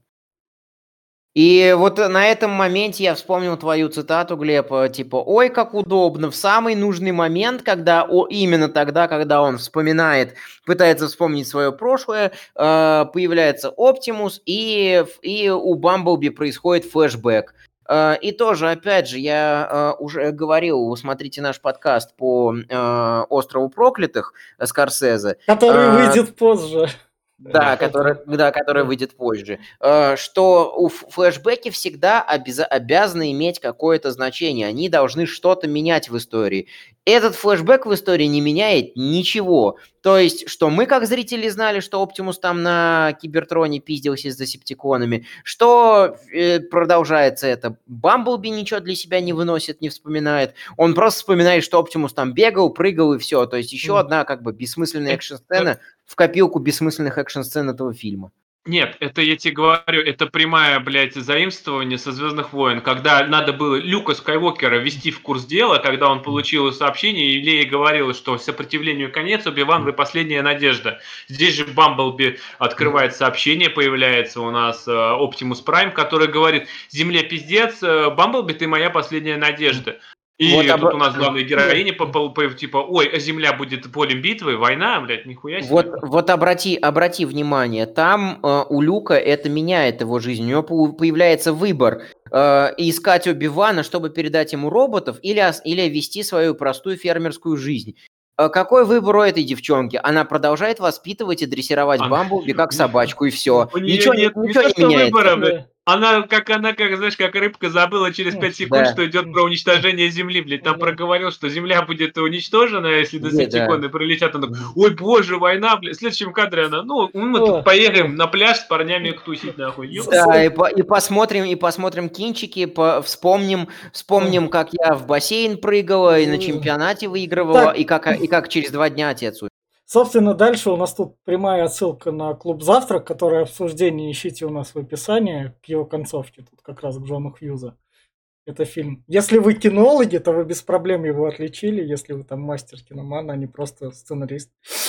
И вот на этом моменте я вспомнил твою цитату, Глеб, типа, ой, как удобно, в самый нужный момент, когда, о, именно тогда, когда он вспоминает, пытается вспомнить свое прошлое, э, появляется Оптимус, и, и у Бамблби происходит флешбэк. Э, и тоже, опять же, я э, уже говорил, смотрите наш подкаст по э, «Острову проклятых» Скорсезе. Который Э, выйдет позже. Да, который, да, который выйдет позже. Э, Что у ф- флешбеки всегда обяза- обязаны иметь какое-то значение. Они должны что-то менять в истории. Этот флешбэк в истории не меняет ничего. То есть, что мы, как зрители, знали, что Оптимус там на Кибертроне пиздился с десептиконами, что э, продолжается это. Бамблби ничего для себя не выносит, не вспоминает. Он просто вспоминает, что Оптимус там бегал, прыгал и все. То есть, еще Мгм. одна как бы бессмысленная экшн-сцена в копилку бессмысленных экшн-сцен этого фильма. Нет, это я тебе говорю, это прямая, блядь, заимствование со «Звездных войн», когда надо было Люка Скайуокера ввести в курс дела, когда он получил сообщение, и Лея говорила, что сопротивлению конец, Оби-Ван, вы последняя надежда. Здесь же Бамблби открывает сообщение, появляется у нас Оптимус Прайм, который говорит: Земле пиздец, э, Бамблби, ты моя последняя надежда. И Вот тут об- у нас главная героиня, по- по- по- типа, ой, Земля будет полем битвы, война, блядь, нихуя себе. Вот, вот обрати, обрати внимание, там э, у Люка это меняет его жизнь. У него по- появляется выбор э, искать Оби-Вана, чтобы передать ему роботов, или, ос- или вести свою простую фермерскую жизнь. Э, Какой выбор у этой девчонки? Она продолжает воспитывать и дрессировать Она- Бамблби как собачку, и все. У нее Ничего, нет не- не ничего то, не что меняется. выбора, Да. блядь. Она, как она, как, знаешь, как рыбка забыла через пять секунд, Да. что идет про уничтожение Земли, блядь. Там Да. проговорил, что Земля будет уничтожена, если Да, десептиконы прилетят. Она такая, ой, боже, война, блядь. В следующем кадре она, ну, мы тут О. поедем на пляж с парнями тусить, нахуй. Ёп. Да, и, по- и посмотрим, и посмотрим кинчики, по- вспомним, вспомним, как я в бассейн прыгала и на чемпионате выигрывала, Так. и как, и как через два дня отец умер. Собственно, дальше у нас тут прямая отсылка на клуб «Завтрак», который обсуждение ищите у нас в описании к его концовке, тут как раз к Джону Хьюза. Это фильм. Если вы кинологи, то вы без проблем его отличили, если вы там мастер киномана, а не просто сценарист.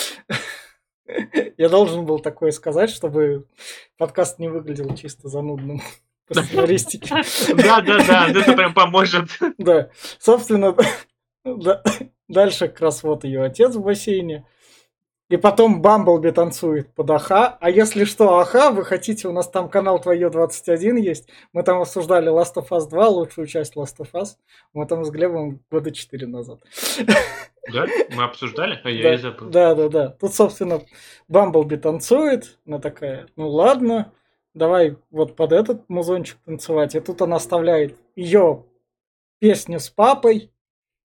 Я должен был такое сказать, чтобы подкаст не выглядел чисто занудным по сценаристике. Да, да, да, это прям поможет. Да, собственно, да, дальше как раз вот ее отец в бассейне. И потом Бамблби танцует под Аха. А если что, Аха, вы хотите, у нас там канал Твое двадцать один есть. Мы там обсуждали Last of Us два, лучшую часть Last of Us. Мы там с Глебом года четыре назад. Да? Мы обсуждали? А я Да, и забыл. да, да, да. Тут, собственно, Бамблби танцует. Она такая, ну ладно, давай вот под этот музончик танцевать. И тут она оставляет ее песню с папой.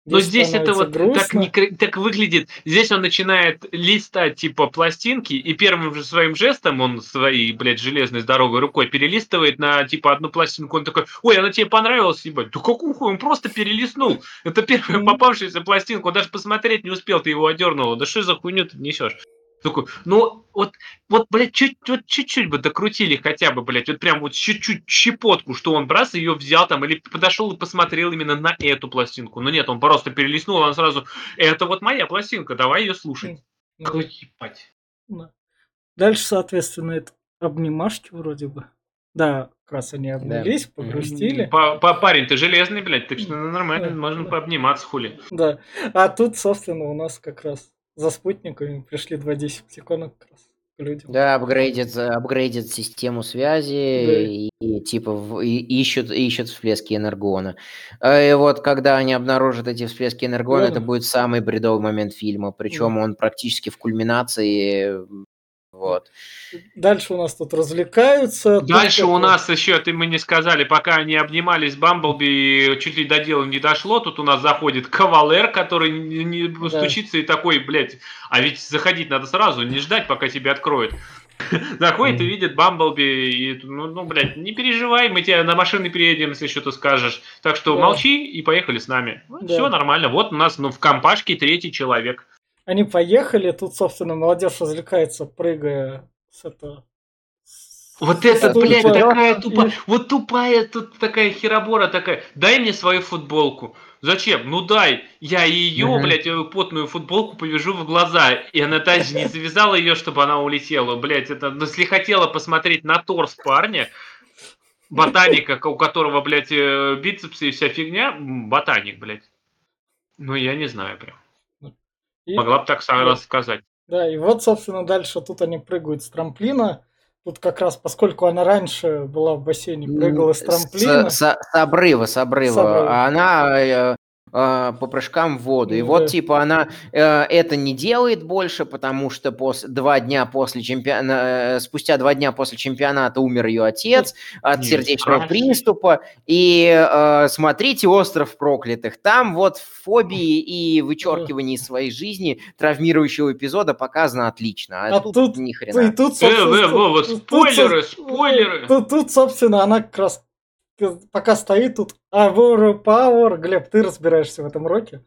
Но здесь здесь это становится вот так, не, грустно. кра- так выглядит. Здесь он начинает листать типа пластинки, и первым же своим жестом он своей, блядь, железной здоровой рукой перелистывает на типа одну пластинку. Он такой, ой, она тебе понравилась, ебать? Да какую хуй, он просто перелистнул. Это первая М, попавшаяся пластинка, он даже посмотреть не успел, ты его одернул. Да что за хуйню ты несешь? Такой, ну вот, вот, блядь, чуть, вот чуть-чуть бы докрутили хотя бы, блядь, вот прям вот чуть-чуть щепотку, что он раз ее взял там, или подошел и посмотрел именно на эту пластинку. Но нет, он просто перелистнул, он сразу, это вот моя пластинка, давай ее слушать. м, ну Какой да, ебать. да. Дальше, соответственно, это обнимашки вроде бы. Да, как раз они Да. обнялись, Мгм. М, погрустили. па- па- Парень, ты железный, блядь, так что М, ну, нормально, Да, можно да, пообниматься, хули. да. А тут, собственно, у нас как раз за спутниками пришли два десептикона как раз к людям. Да, апгрейдят, за- апгрейдят систему связи Да, и, и типа в- и- ищут, ищут всплески энергона. А, И вот когда они обнаружат эти всплески энергона, это ладно. будет самый бредовый момент фильма. Да, Причем он практически в кульминации. м, да. Вот. Дальше у нас тут развлекаются. Тут Дальше как у раз. нас еще, ты мы не сказали, пока они обнимались, Бамблби чуть ли до дела не дошло. Тут у нас заходит кавалер, который не, не Да. стучится и такой, блядь, а ведь заходить надо сразу, не ждать, пока тебя откроют. Заходит и Мгм. видит Бамблби, и, ну, ну, блядь, не переживай, мы тебя на машины приедем, если что-то скажешь. Так что Да, молчи и поехали с нами. Ну, все да. нормально. Вот у нас ну, в компашке третий человек. Они поехали. Тут, собственно, молодежь развлекается, прыгая с этого Вот со это, Со блядь, стульпа. такая скипидрёрства. тупая, И вот тупая тут такая херобора такая. Дай мне свою футболку. Зачем? Ну дай. Я ее, Мгм. блядь, ее потную футболку повяжу в глаза. И она даже не завязала ее, чтобы она улетела. Блядь, это, ну, если хотела посмотреть на торс парня, ботаника, у которого, блядь, э, бицепсы и вся фигня, м, ботаник, блядь. Ну, я не знаю прям. и Могла бы так сам да. рассказать. Да, и вот, собственно, дальше тут они прыгают с трамплина. Тут как раз, поскольку она раньше была в бассейне, М, прыгала с С, трамплина, с обрыва, с с обрыва. обрыва. А она э, а, по прыжкам в воду. И М, вот, Да, типа, она э, это не делает больше, потому что пос, два дня после чемпиона, спустя два дня после чемпионата умер ее отец от Нет, сердечного разве? приступа. И э, смотрите «Остров проклятых». Там вот фобии и да. вычеркивание из своей жизни травмирующего эпизода показано отлично. А А тут тут, ни и хрена. тут, Э, собственно, э, тут, Вова, тут, спойлеры, спойлеры. тут, тут, собственно, она как раз пока стоит тут. А War Power, Глеб, ты разбираешься в этом роке.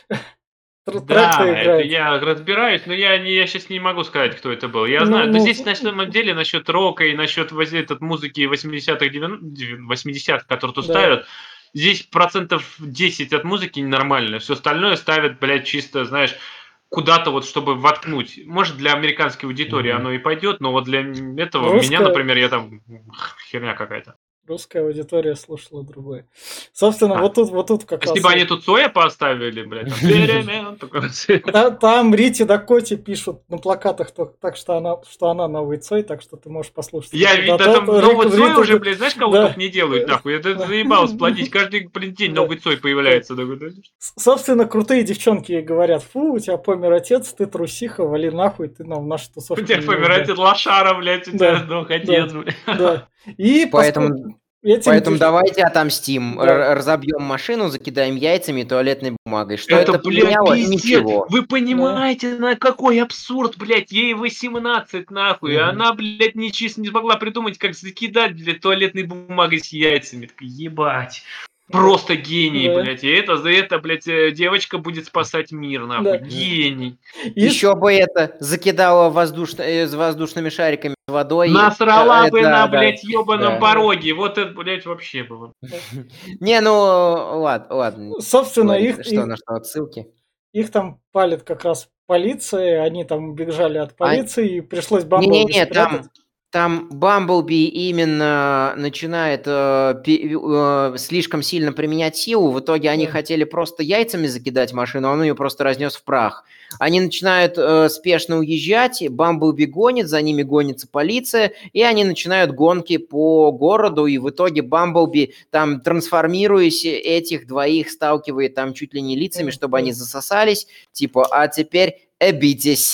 Трек-то Да, это играет. я разбираюсь, но я, не, я сейчас не могу сказать, кто это был. Я Ну, знаю, да ну, здесь на самом деле насчет рока и насчет воз- этот, музыки восьмидесятых, восьмидесятых, которые тут да. ставят, здесь процентов десять от музыки ненормально. Все остальное ставят, блядь, чисто, знаешь, куда-то вот, чтобы воткнуть. Может, для американской аудитории Мгм. оно и пойдет, но вот для этого, меня, Русская, например, я там херня какая-то. русская аудитория слушала другое. Собственно, А, вот тут, вот тут как если раз бы они тут Цоя поставили, блядь, там, перемен, такой вот. Та- там Рите Дакоте пишут на плакатах, то- так что она, что она новый Цой, так что ты можешь послушать Я Риту видно, Дакоту, там Ри- новый Цой Риту уже, Д- блядь, знаешь, кого да. только не делают, нахуй. Это Да. заебалось плодить. Каждый, блин, день Да. новый Цой Да. появляется. Такой, да. С- Собственно, крутые девчонки ей говорят: фу, у тебя помер отец, ты трусиха, вали нахуй, ты нам в нашей У тусовке тебя не нужна. помирает лошара, блядь, у тебя Да, сдох отец, да, блядь. да. И Поэтому поскольку этим Поэтому дев- давайте отомстим. да, Р- разобьем машину, закидаем яйцами и туалетной бумагой. Что Это, это блядь, поменяло? пиздец. Ничего. Вы да. понимаете, на какой абсурд, блядь, ей восемнадцать, нахуй. И Мгм. она, блядь, не, чисто не смогла придумать, как закидать, блядь, туалетной бумагой с яйцами. Так, ебать. Да, Просто гений, да, блядь. И это за это, блядь, э, девочка будет спасать мир, нахуй. да. Гений. И с- Еще бы это закидало воздуш... э, с воздушными шариками с водой. Э, Насрала э, бы да, на, да, блядь, ебаном да. да. пороге. Вот это, блядь, вообще было. Не, ну ладно, ладно. Не Собственно, говорите, их, что их, на что отсылки. их там палит как раз полиция, они там убежали от А полиции, и пришлось Бамблби Не-не-не, спрятать. там, там Бамблби именно начинает э, пи- э, слишком сильно применять силу. В итоге они Да. хотели просто яйцами закидать машину, а он ее просто разнес в прах. Они начинают э, спешно уезжать, Бамблби гонит, за ними гонится полиция, и они начинают гонки по городу, и в итоге Бамблби, там, трансформируясь, этих двоих сталкивает там чуть ли не лицами, Да, чтобы да. они засосались, типа, а теперь обидитесь.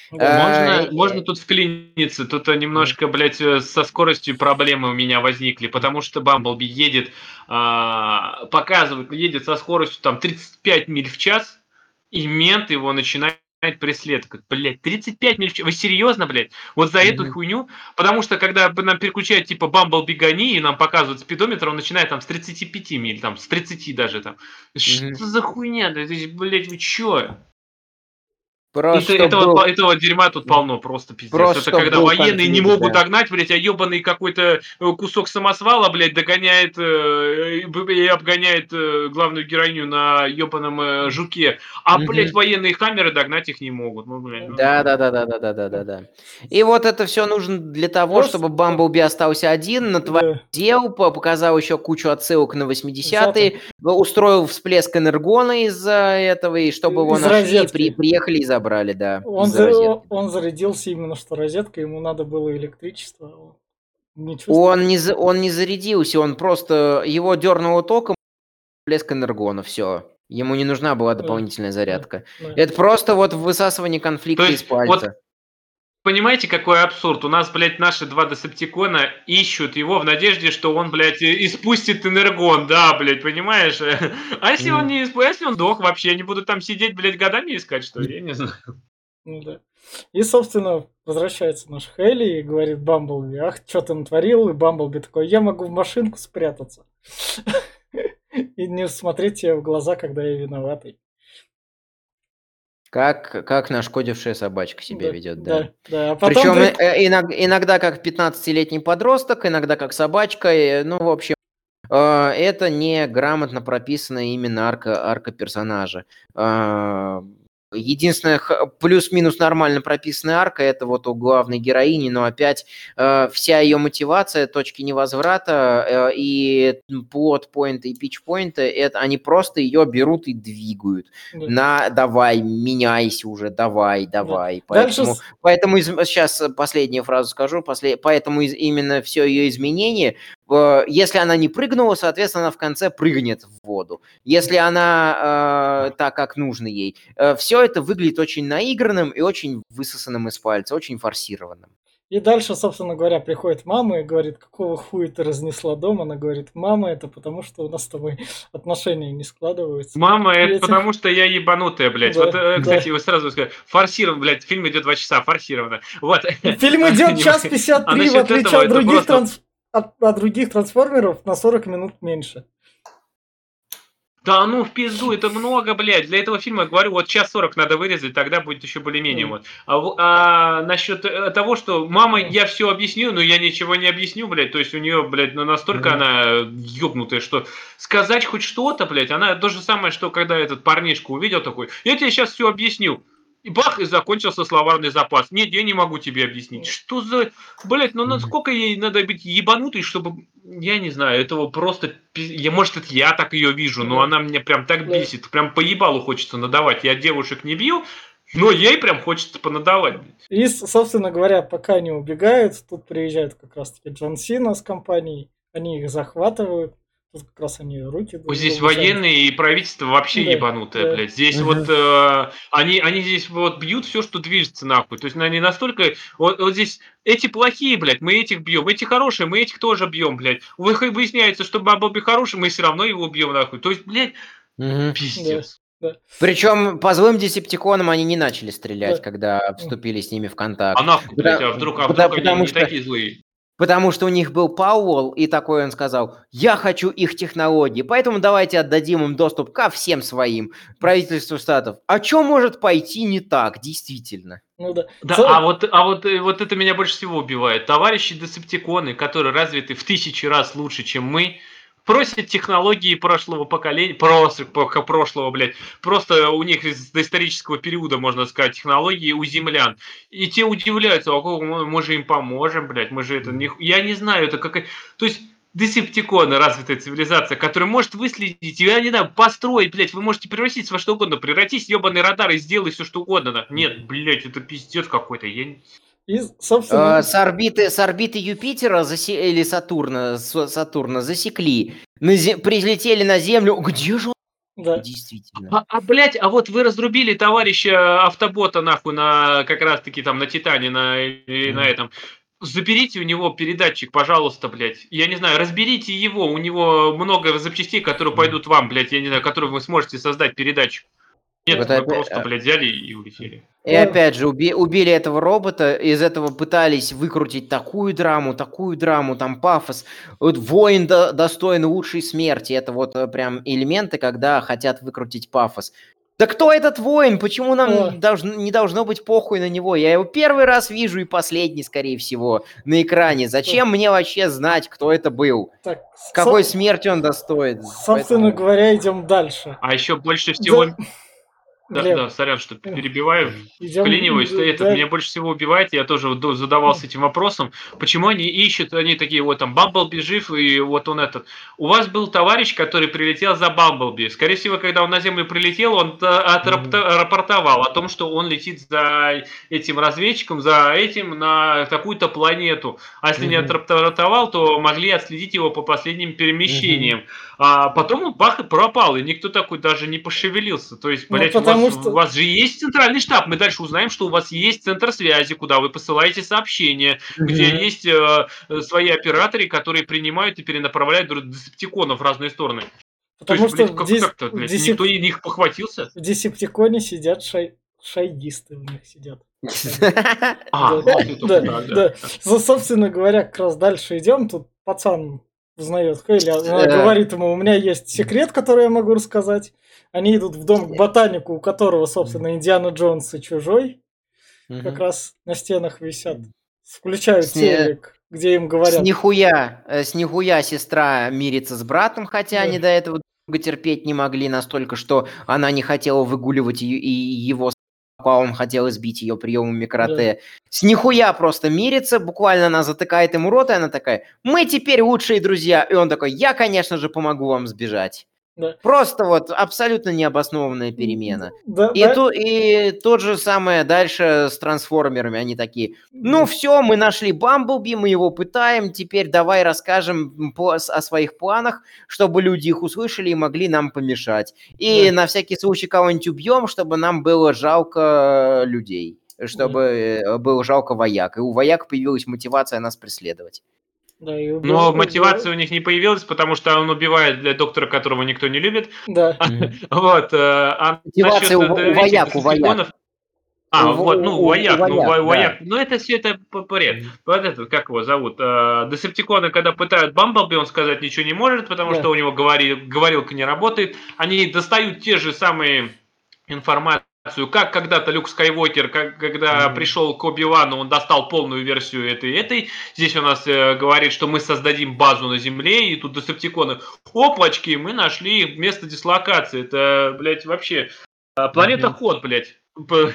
Можно, Э, можно тут вклиниться. Тут э, немножко, блядь, э, со скоростью проблемы у меня возникли, потому что Бамблби едет, а, показывает, едет со скоростью там тридцать пять миль в час, и мент его начинает преследовать. Как, блядь, тридцать пять миль в час? Вы серьезно, блядь? Вот за эту Мгм. хуйню? Потому что, когда б- нам переключают, типа, Бамблби гони, и нам показывают спидометр, он начинает там с тридцати пяти миль, там, с тридцати даже там. Мгм. Что за хуйня? Да, здесь, блядь, вы чё? Просто Это, чтоб этого, был, по- этого дерьма тут полно, просто пиздец. просто Это чтоб когда был военные не конфликт, могут да. догнать, блядь, а ебаный какой-то э, кусок самосвала, блядь, догоняет э, и б- и обгоняет э, главную героиню на ебаном э, жуке. А, блядь, Мгм. военные хаммеры догнать их не могут. Ну, блядь, Да. ну Да, нахуй. да, да, да, да, да, да, да, да. И вот это все нужно для того, Просто, чтобы да, Бамблби остался один, натворил да, дел, по- показал еще кучу отсылок на десятый. восьмидесятые, устроил всплеск энергона из-за этого, и чтобы его Из нашли, при, розетки. приехали и забрали, да, Он, из-за за- розетки. он зарядился именно что розетка, ему надо было электричество. Он не чувствовал. Он не, за- он не зарядился, он просто, его дернуло током, всплеск энергона, все. Ему не нужна была Да, дополнительная да, зарядка. да. Это просто вот высасывание То конфликта из есть, вот пальца. понимаете, какой абсурд? У нас, блядь, наши два десептикона ищут его в надежде, что он, блядь, э, испустит энергон, да, блядь, понимаешь? А если он М. не испустит, а если он дох вообще, они будут там сидеть, блядь, годами искать, что ли? Я не знаю. Ну да. И, собственно, возвращается наш Хейли и говорит Бамблби, ах, что ты натворил? И Бамблби такой, я могу в машинку спрятаться. И не смотреть тебе в глаза, когда я виноватый. Как, как нашкодившая собачка себя Да, ведет, да. да, да. А потом Причем Дрейк... иногда как пятнадцатилетний подросток, иногда как собачка. э, Ну, в общем, э, это не грамотно прописанная именно арка, арка персонажа. А, Единственная х- плюс-минус нормально прописанная арка это вот у главной героини, но опять э, вся ее мотивация, точки невозврата э, и плот-поинты и пич-поинты, это они просто ее берут и двигают. Да, На, давай, меняйся уже, давай, да. давай. Дальше... Поэтому, с- поэтому из- сейчас последнюю фразу скажу, после, поэтому из- именно все ее изменение, э, если она не прыгнула, соответственно, она в конце прыгнет в воду. Если она э, так, как нужно ей, все это выглядит очень наигранным и очень высосанным из пальца, очень форсированным. И дальше, собственно говоря, приходит мама и говорит, какого хуя ты разнесла дом? Она говорит, мама, это потому, что у нас с тобой отношения не складываются. Мама, И это этим... потому что я ебанутая, блядь. Да, Вот, э, да. кстати, вы сразу сказали, форсирован, блядь, фильм идет два часа, форсировано. Вот. Фильм идет час пятьдесят А три, в насчет отличие этого от это других, просто... транс... от, от других трансформеров, на сорок минут меньше. Да ну в пизду, это много, блядь. Для этого фильма, говорю, вот час сорок надо вырезать, тогда будет еще более-менее. Mm. Вот. А, в- а насчет э, того, что мама, Mm. я все объясню, но я ничего не объясню, блядь. То есть у нее, блядь, ну настолько Мгм. она ёбнутая, что сказать хоть что-то, блядь, она то же самое, что когда этот парнишку увидел такой, я тебе сейчас все объясню. И бах, и закончился словарный запас. Нет, я не могу тебе объяснить. Mm. Что за... Блять, ну Мгм. насколько ей надо быть ебанутой, чтобы... Я не знаю, этого просто... пи- Я, может, это я так ее вижу, но Да. она меня прям так Да. бесит. Прям по ебалу хочется надавать. Я девушек не бью, но ей прям хочется понадавать. И, с- собственно говоря, пока они убегают, тут приезжает как раз-таки Джон Сина с компанией, они их захватывают, тут как раз они руки друг Вот здесь другу тянут. военные и правительство вообще Да, ебанутое, да. блядь. Здесь Мгм. вот э, они, они здесь вот бьют все, что движется нахуй. То есть они настолько... Вот, вот здесь эти плохие, блядь, мы этих бьем. Эти хорошие, мы этих тоже бьем, блядь. Вы- Выясняется, что Бабоби хороший, мы все равно его бьем нахуй. То есть, блядь, Мгм. Да, пиздец. да, Причем по злым десептиконам они не начали стрелять, да. когда М. вступили с ними в А контакт. нахуй, блядь, а Потому, вдруг, а пота- вдруг они потому не что, такие злые? потому что у них был Пауэлл, и такой он сказал, я хочу их технологии, поэтому давайте отдадим им доступ ко всем своим правительству штатов. А что может пойти не так, действительно? Ну да. Да, Со- а вот, а вот, э, вот это меня больше всего убивает. Товарищи десептиконы, которые развиты в тысячи раз лучше, чем мы, просят технологии прошлого поколения, просто пока прошлого, блядь, просто у них из доисторического периода, можно сказать, технологии у землян. И те удивляются, а как мы, мы же им поможем, блядь, мы же это не... Я не знаю, это какая... То есть десептиконы, развитая цивилизация, которая может выследить, я не знаю, построить, блядь, вы можете превратиться во что угодно, превратись в ебаный радар и сделай все, что угодно. Да. Нет, блядь, это пиздец какой-то. Я... не- И, собственно, Э, С орбиты, с орбиты Юпитера засе- или Сатурна, с- Сатурна засекли, на зе- прилетели на Землю. Где же он? Да. Действительно. А, а, блядь, а вот вы разрубили товарища автобота, нахуй, на как раз-таки там на Титане, на, или на Мгм. этом. Заберите у него передатчик, пожалуйста, блядь. Я не знаю, разберите его, у него много запчастей, которые пойдут вам, блядь, я не знаю, которые вы сможете создать передатчик. Нет, Вот вы опять, просто, а, блядь, взяли и улетели. и Да. опять же, уби- убили этого робота, из этого пытались выкрутить такую драму, такую драму, там пафос. Вот воин до- достоин лучшей смерти. Это вот э, прям элементы, когда хотят выкрутить пафос. Да кто этот воин? Почему нам А, должно- не должно быть похуй на него? Я его первый раз вижу и последний, скорее всего, на экране. Зачем мне вообще знать, кто это был? так, Какой со- смерти он достоин? собственно Поэтому... говоря, идем дальше. А еще больше Да, всего... Да, Глеб, да, сорян, что перебиваю, вклиниваюсь. идем Этот, меня дальше. больше всего убивает, я тоже вот до- задавался этим вопросом, почему они ищут, они такие, вот там, Бамблби жив, и вот он этот. У вас был товарищ, который прилетел за Бамблби. Скорее всего, когда он на Землю прилетел, он отрапортовал о том, что он летит за этим разведчиком, за этим на такую-то планету. А если не Мгм. отрапортовал, то могли отследить его по последним Мгм. перемещениям. А потом он бах и пропал, и никто такой даже не пошевелился. То есть, Ну, блядь, у вас, потому у что... вас же есть центральный штаб. Мы дальше узнаем, что у вас есть центр связи, куда вы посылаете сообщения, где Мгм. есть э, свои операторы, которые принимают и перенаправляют дру- десептиконов в разные стороны. То Потому есть, что блядь, в, как дес- так-то, в блядь? десеп- Никто не них похватился? в Десептиконе сидят шай... шайгисты, у них сидят. А, Да, вот это да, так, да. да. Со- Собственно говоря, как раз дальше идем. Тут пацан узнает Хейли, она Э, говорит ему, у меня есть секрет, который я могу рассказать. Они идут в дом к ботанику, у которого, собственно, Индиана Джонс и Чужой как мгм. раз на стенах висят. Включают С не- телек, где им С говорят. нихуя, э, с нихуя сестра мирится с братом, хотя они Да, до этого друга терпеть не могли настолько, что она не хотела выгуливать её- и его собаку, а он хотел избить ее приемами да, карате. С нихуя просто мирится, буквально она затыкает ему рот, и она такая, мы теперь лучшие друзья. И он такой, я, конечно же, помогу вам сбежать. да. Просто вот абсолютно необоснованная перемена. Да, И, да. ту, и тот же самое дальше с трансформерами. Они такие, ну Да. все, мы нашли Бамблби, мы его пытаем, теперь давай расскажем по- с- о своих планах, чтобы люди их услышали и могли нам помешать. И Да. на всякий случай кого-нибудь убьем, чтобы нам было жалко людей, чтобы э, было жалко вояк. И у вояк появилась мотивация нас преследовать. Да, и Но убил, мотивация убил. у них не появилась, потому что он убивает для доктора, которого никто не любит. Да. Мгм. Вот. э, А насчет Мотивация у, э, во- у этих вояк, у вояк. десептиконов... У, А, во- вот, ну, у, у- у вояк, ну, вояк, во- да. вояк. Ну, это все это по- бред. Мгм. Вот этот, как его зовут? Э, Десептиконы, когда пытают Бамблби, он сказать ничего не может, потому Да. что у него говори, говорилка не работает. Они достают те же самые информацию, как когда-то Люк Скайуокер, как, когда Мгм. пришел к Оби-Вану, он достал полную версию этой этой. Здесь у нас э, говорит, что мы создадим базу на Земле, и тут десептиконы, опачки, мы нашли место дислокации. Это, блядь, вообще э, планета Мгм. Ход, блядь. П-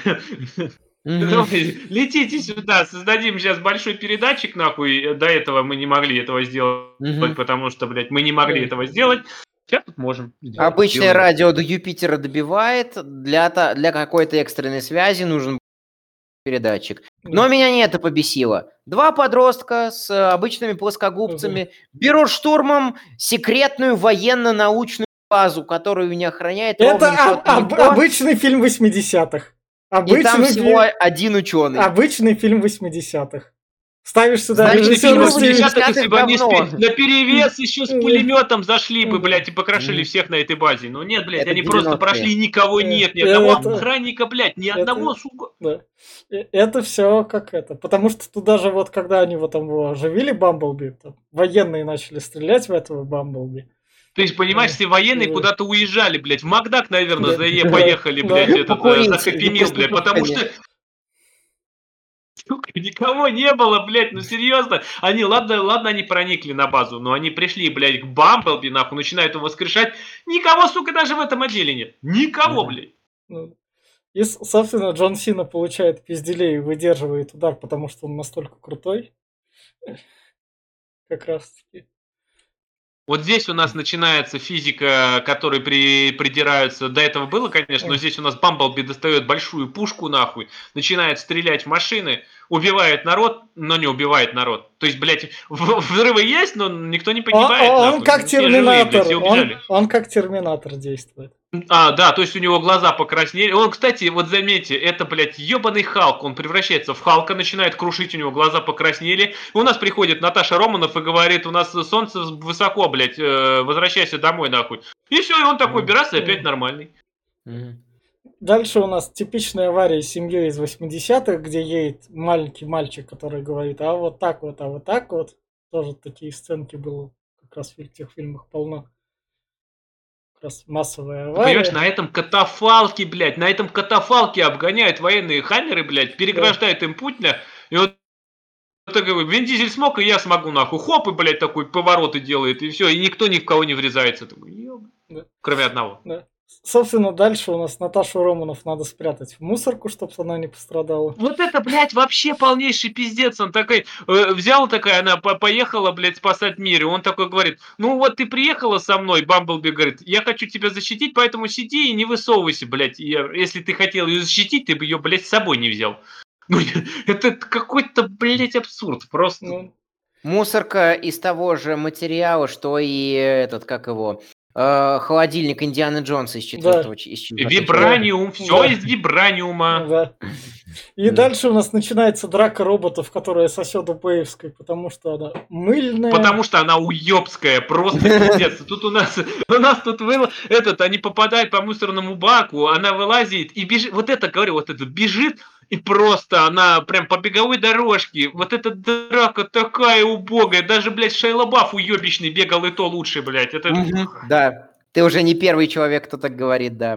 Мгм. Давай, летите сюда, создадим сейчас большой передатчик, нахуй. До этого мы не могли этого сделать, Мгм. потому что, блядь, мы не могли Да. этого сделать. Сейчас тут можем. Да. Обычное Сделаем. радио до Юпитера добивает, для, та- для какой-то экстренной связи нужен передатчик. Но Да. меня не это побесило. Два подростка с э, обычными плоскогубцами берут штурмом секретную военно-научную базу, которую не охраняет Это ровным счетом об- об- никто, обычный фильм восьмидесятых. и там Обычный, всего фи- один ученый. обычный фильм восьмидесятых. Ставишь сюда Значит, Обычный фильм режиссера фильмы Стивена... восьмидесятых, если бы они говно. на перевес еще с пулеметом зашли бы, Да. блядь, и покрошили Мгм. всех на этой базе. Но нет, блядь, Это они просто девяностые. прошли, никого Э, нет, ни э, одного это- охранника, блядь, ни одного, это- сука. Да. Э, Это все как это. Потому что тут даже вот когда они вот там его оживили Бамблби, там военные начали стрелять в этого Бамблби. То есть, понимаешь, Да. все военные Да. куда-то уезжали, блядь, в Макдак, наверное, Да. за е Да. поехали, Да. блядь, этот, э, Покурить за среди хэппи-мил, блядь, потому что преступления. сука, никого не было, блядь, ну серьезно. Они, ладно, ладно, они проникли на базу, но они пришли, блядь, к Бамблби, нахуй, начинают его воскрешать. Никого, сука, даже в этом отделе нет. Никого, Да. блядь. Ну, И, с- собственно, Джон Сина получает пизделей и выдерживает удар, потому что он настолько крутой. Как раз таки. Вот здесь у нас начинается физика, которой при, придираются. До этого было, конечно, но Ой. здесь у нас Бамблби достает большую пушку, нахуй, начинает стрелять в машины, убивает народ, но не убивает народ. То есть, блядь, в- взрывы есть, но никто не Он, погибает, он нахуй. как Все живые, блядь, терминатор. все Он, убежали. он как терминатор действует. А, да, то есть у него глаза покраснели. Он, кстати, вот заметьте, это, блядь, ебаный Халк. Он превращается в Халка, начинает крушить, у него глаза покраснели. У нас приходит Наташа Романов и говорит, у нас солнце высоко, блядь, э, возвращайся домой, нахуй. И все, и он такой Мгм. берется и опять нормальный. Мгм. Дальше у нас типичная авария с семьей из восьмидесятых, где едет маленький мальчик, который говорит, а вот так вот, а вот так вот. Тоже такие сценки было как раз в этих фильмах полно. Как раз массовая Ты понимаешь, авария. на этом катафалке, блядь, на этом катафалке обгоняют военные хаммеры, блядь, переграждают им путь, на, и вот такой, Вин Дизель смог, и я смогу, нахуй. Хоп, и, блядь, такой повороты делает, и все, и никто ни в кого не врезается. Такой, ёб... Да. Кроме одного. Да. Собственно, дальше у нас Наташу Романов надо спрятать в мусорку, чтобы она не пострадала. Вот это, блядь, вообще полнейший пиздец. Он такой, э, взял такая, она по поехала, блядь, спасать мир. И он такой говорит, ну вот ты приехала со мной, Бамблби говорит, я хочу тебя защитить, поэтому сиди и не высовывайся, блядь. Я, если ты хотел ее защитить, ты бы ее, блядь, с собой не взял. Ну, это какой-то, блядь, абсурд. Просто... Ну, Мусорка из того же материала, что и этот, как его, э, холодильник Индианы Джонса из четвертого. да. Из четвёртой Вибраниум, все Да. из вибраниума. Да. И Да. дальчше у нас начинается драка роботов, которая сосет у Бэевской, потому что она мыльная. Потому что она уебская, просто пиздец. Тут у нас, у нас тут было, этот, они попадают по мусорному баку, она вылазит и бежит, вот это, говорю, вот это, бежит, и просто она прям по беговой дорожке, вот эта драка такая убогая, даже, блядь, Шейла Бафф уебищный бегал, и то лучше, блядь. Это... Мгм. Да. Ты уже не первый человек, кто так говорит, да.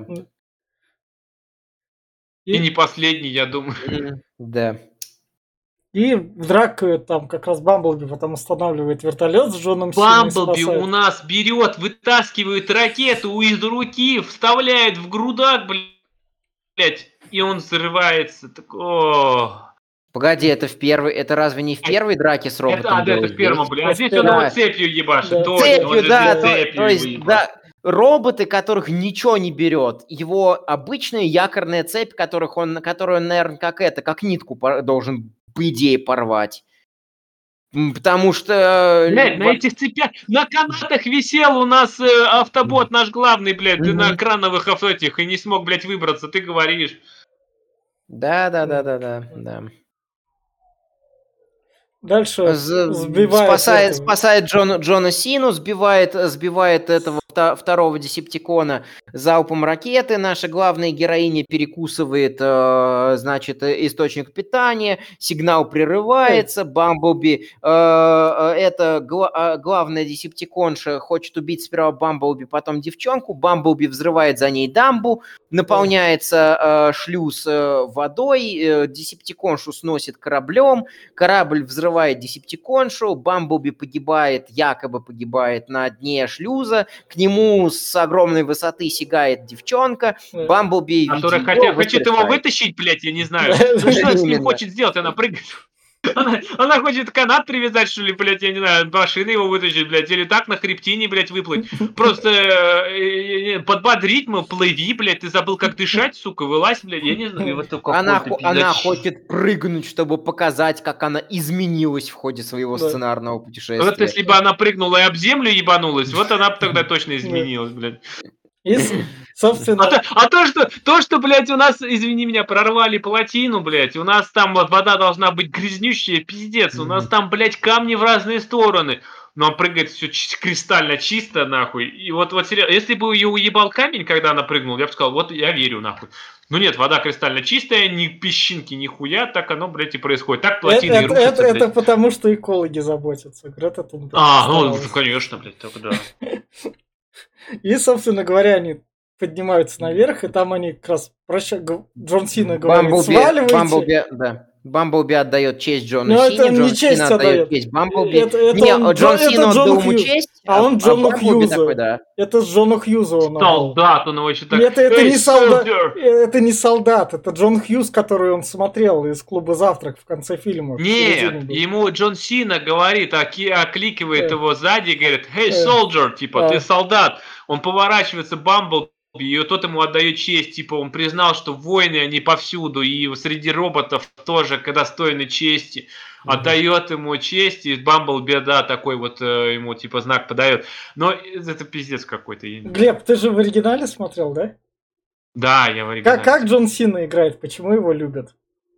И не последний, я думаю. Мгм. Да. И в драке там как раз Бамблби потом останавливает вертолет с Джоном Синой. Бамблби у нас берет, вытаскивает ракету из руки, вставляет в грудак, блядь, и он взрывается. Так, о. Погоди, это в первой, это разве не в первой драке с роботом Это, а, да, было это в первом, здесь? блядь. А здесь Да. он его цепью ебашит. Да. Точно, он Цепью, же да, здесь то, цепью то есть, его да, ебашит. роботы, которых ничего не берет. Его обычная якорная цепь, которых он, которую он, наверное, как это, как нитку пор- должен, по идее, порвать. М, Потому что... Блядь, на во- этих цепях, на канатах висел у нас э, автобот наш главный, блядь, ты на Мгм. крановых авто этих и не смог, блядь, выбраться, ты говоришь. Да, да, да, да, да, да. Дальше З- сбивает спасает, этого. спасает Джона, Джона Сину, сбивает, сбивает этого вта- второго десептикона залпом ракеты. Наша главная героиня перекусывает, э, значит, э, источник питания, сигнал прерывается, Бамблби, э, э, это гла- э, главная десептиконша хочет убить сперва Бамблби, потом девчонку, Бамблби взрывает за ней дамбу, наполняется э, шлюз э, водой, э, десептиконшу сносит кораблем, корабль взрывает десептиконшу, Бамблби погибает, якобы погибает на дне шлюза, к нему с огромной высоты сигает девчонка, Да. Бамблби, Который видя хотя, его, хочет его воскрешает. вытащить, блядь, я не знаю. Да. Ну что она с ним Именно. хочет сделать? Она прыгает. Она, она хочет канат привязать, что ли, блядь, я не знаю, машины его вытащить, блядь, или так на хребтине, блядь, выплыть. Просто э, э, подбодрить, мол, плыви, блядь, ты забыл, как дышать, сука, вылазь, блядь, я не знаю. Вот это Она, какой-то хо- она пиздец. хочет прыгнуть, чтобы показать, как она изменилась в ходе своего Да. сценарного Вот путешествия. если бы она прыгнула и об землю ебанулась, вот она бы тогда точно изменилась, блядь. И, с- собственно, А то, а то, что, то, что, блядь, у нас, извини меня, прорвали плотину, блядь, у нас там вот вода должна быть грязнющая, пиздец, у нас Мгм. там, блядь, камни в разные стороны, но он прыгает все кристально чисто, нахуй, и вот, вот серьезно, если бы ее уебал камень, когда она прыгнула, я бы сказал, вот я верю, нахуй. Ну нет, вода кристально чистая, ни песчинки, ни хуя, так оно, блядь, и происходит. Так это, плотины и это, рушатся, это, блядь. это потому, что экологи заботятся. Грета Тунберг А, ну, старалась. конечно, блядь, так да. И, собственно говоря, они поднимаются наверх, и там они как раз проща... г- Джон Сина говорит, Бамблби, сваливайте. Бамблби, да. Бамблби отдает честь Джону Но Сине, это не Джон честь Сина отдает отдает. честь Бамблби. Это, это Не, он, Джон Джо- это Сина Джону отдал ему Хью- честь, А он Джону Бамблби Хьюзу. такой, да. Это с Джону Хьюзу он отдал. Солдат, он его еще так... Это, это, «Эй, не солдат, soldier!» это не солдат, это Джон Хьюз, который он смотрел из клуба «Завтрак» в конце фильма. в середине Нет, был. ему Джон Сина говорит, оки- окликивает Э. его сзади и говорит, «Hey, Э. soldier!» Типа, А. ты солдат. Он поворачивается, Бамблби и тот ему отдает честь, типа он признал, что войны, они повсюду, и среди роботов тоже достойны чести, mm-hmm. отдает ему честь, и Бамблби, да, такой вот э, ему типа знак подает. Но это пиздец какой-то. Глеб, ты же в оригинале смотрел, да? Да, я в оригинале. Как, как Джон Сина играет, почему его любят?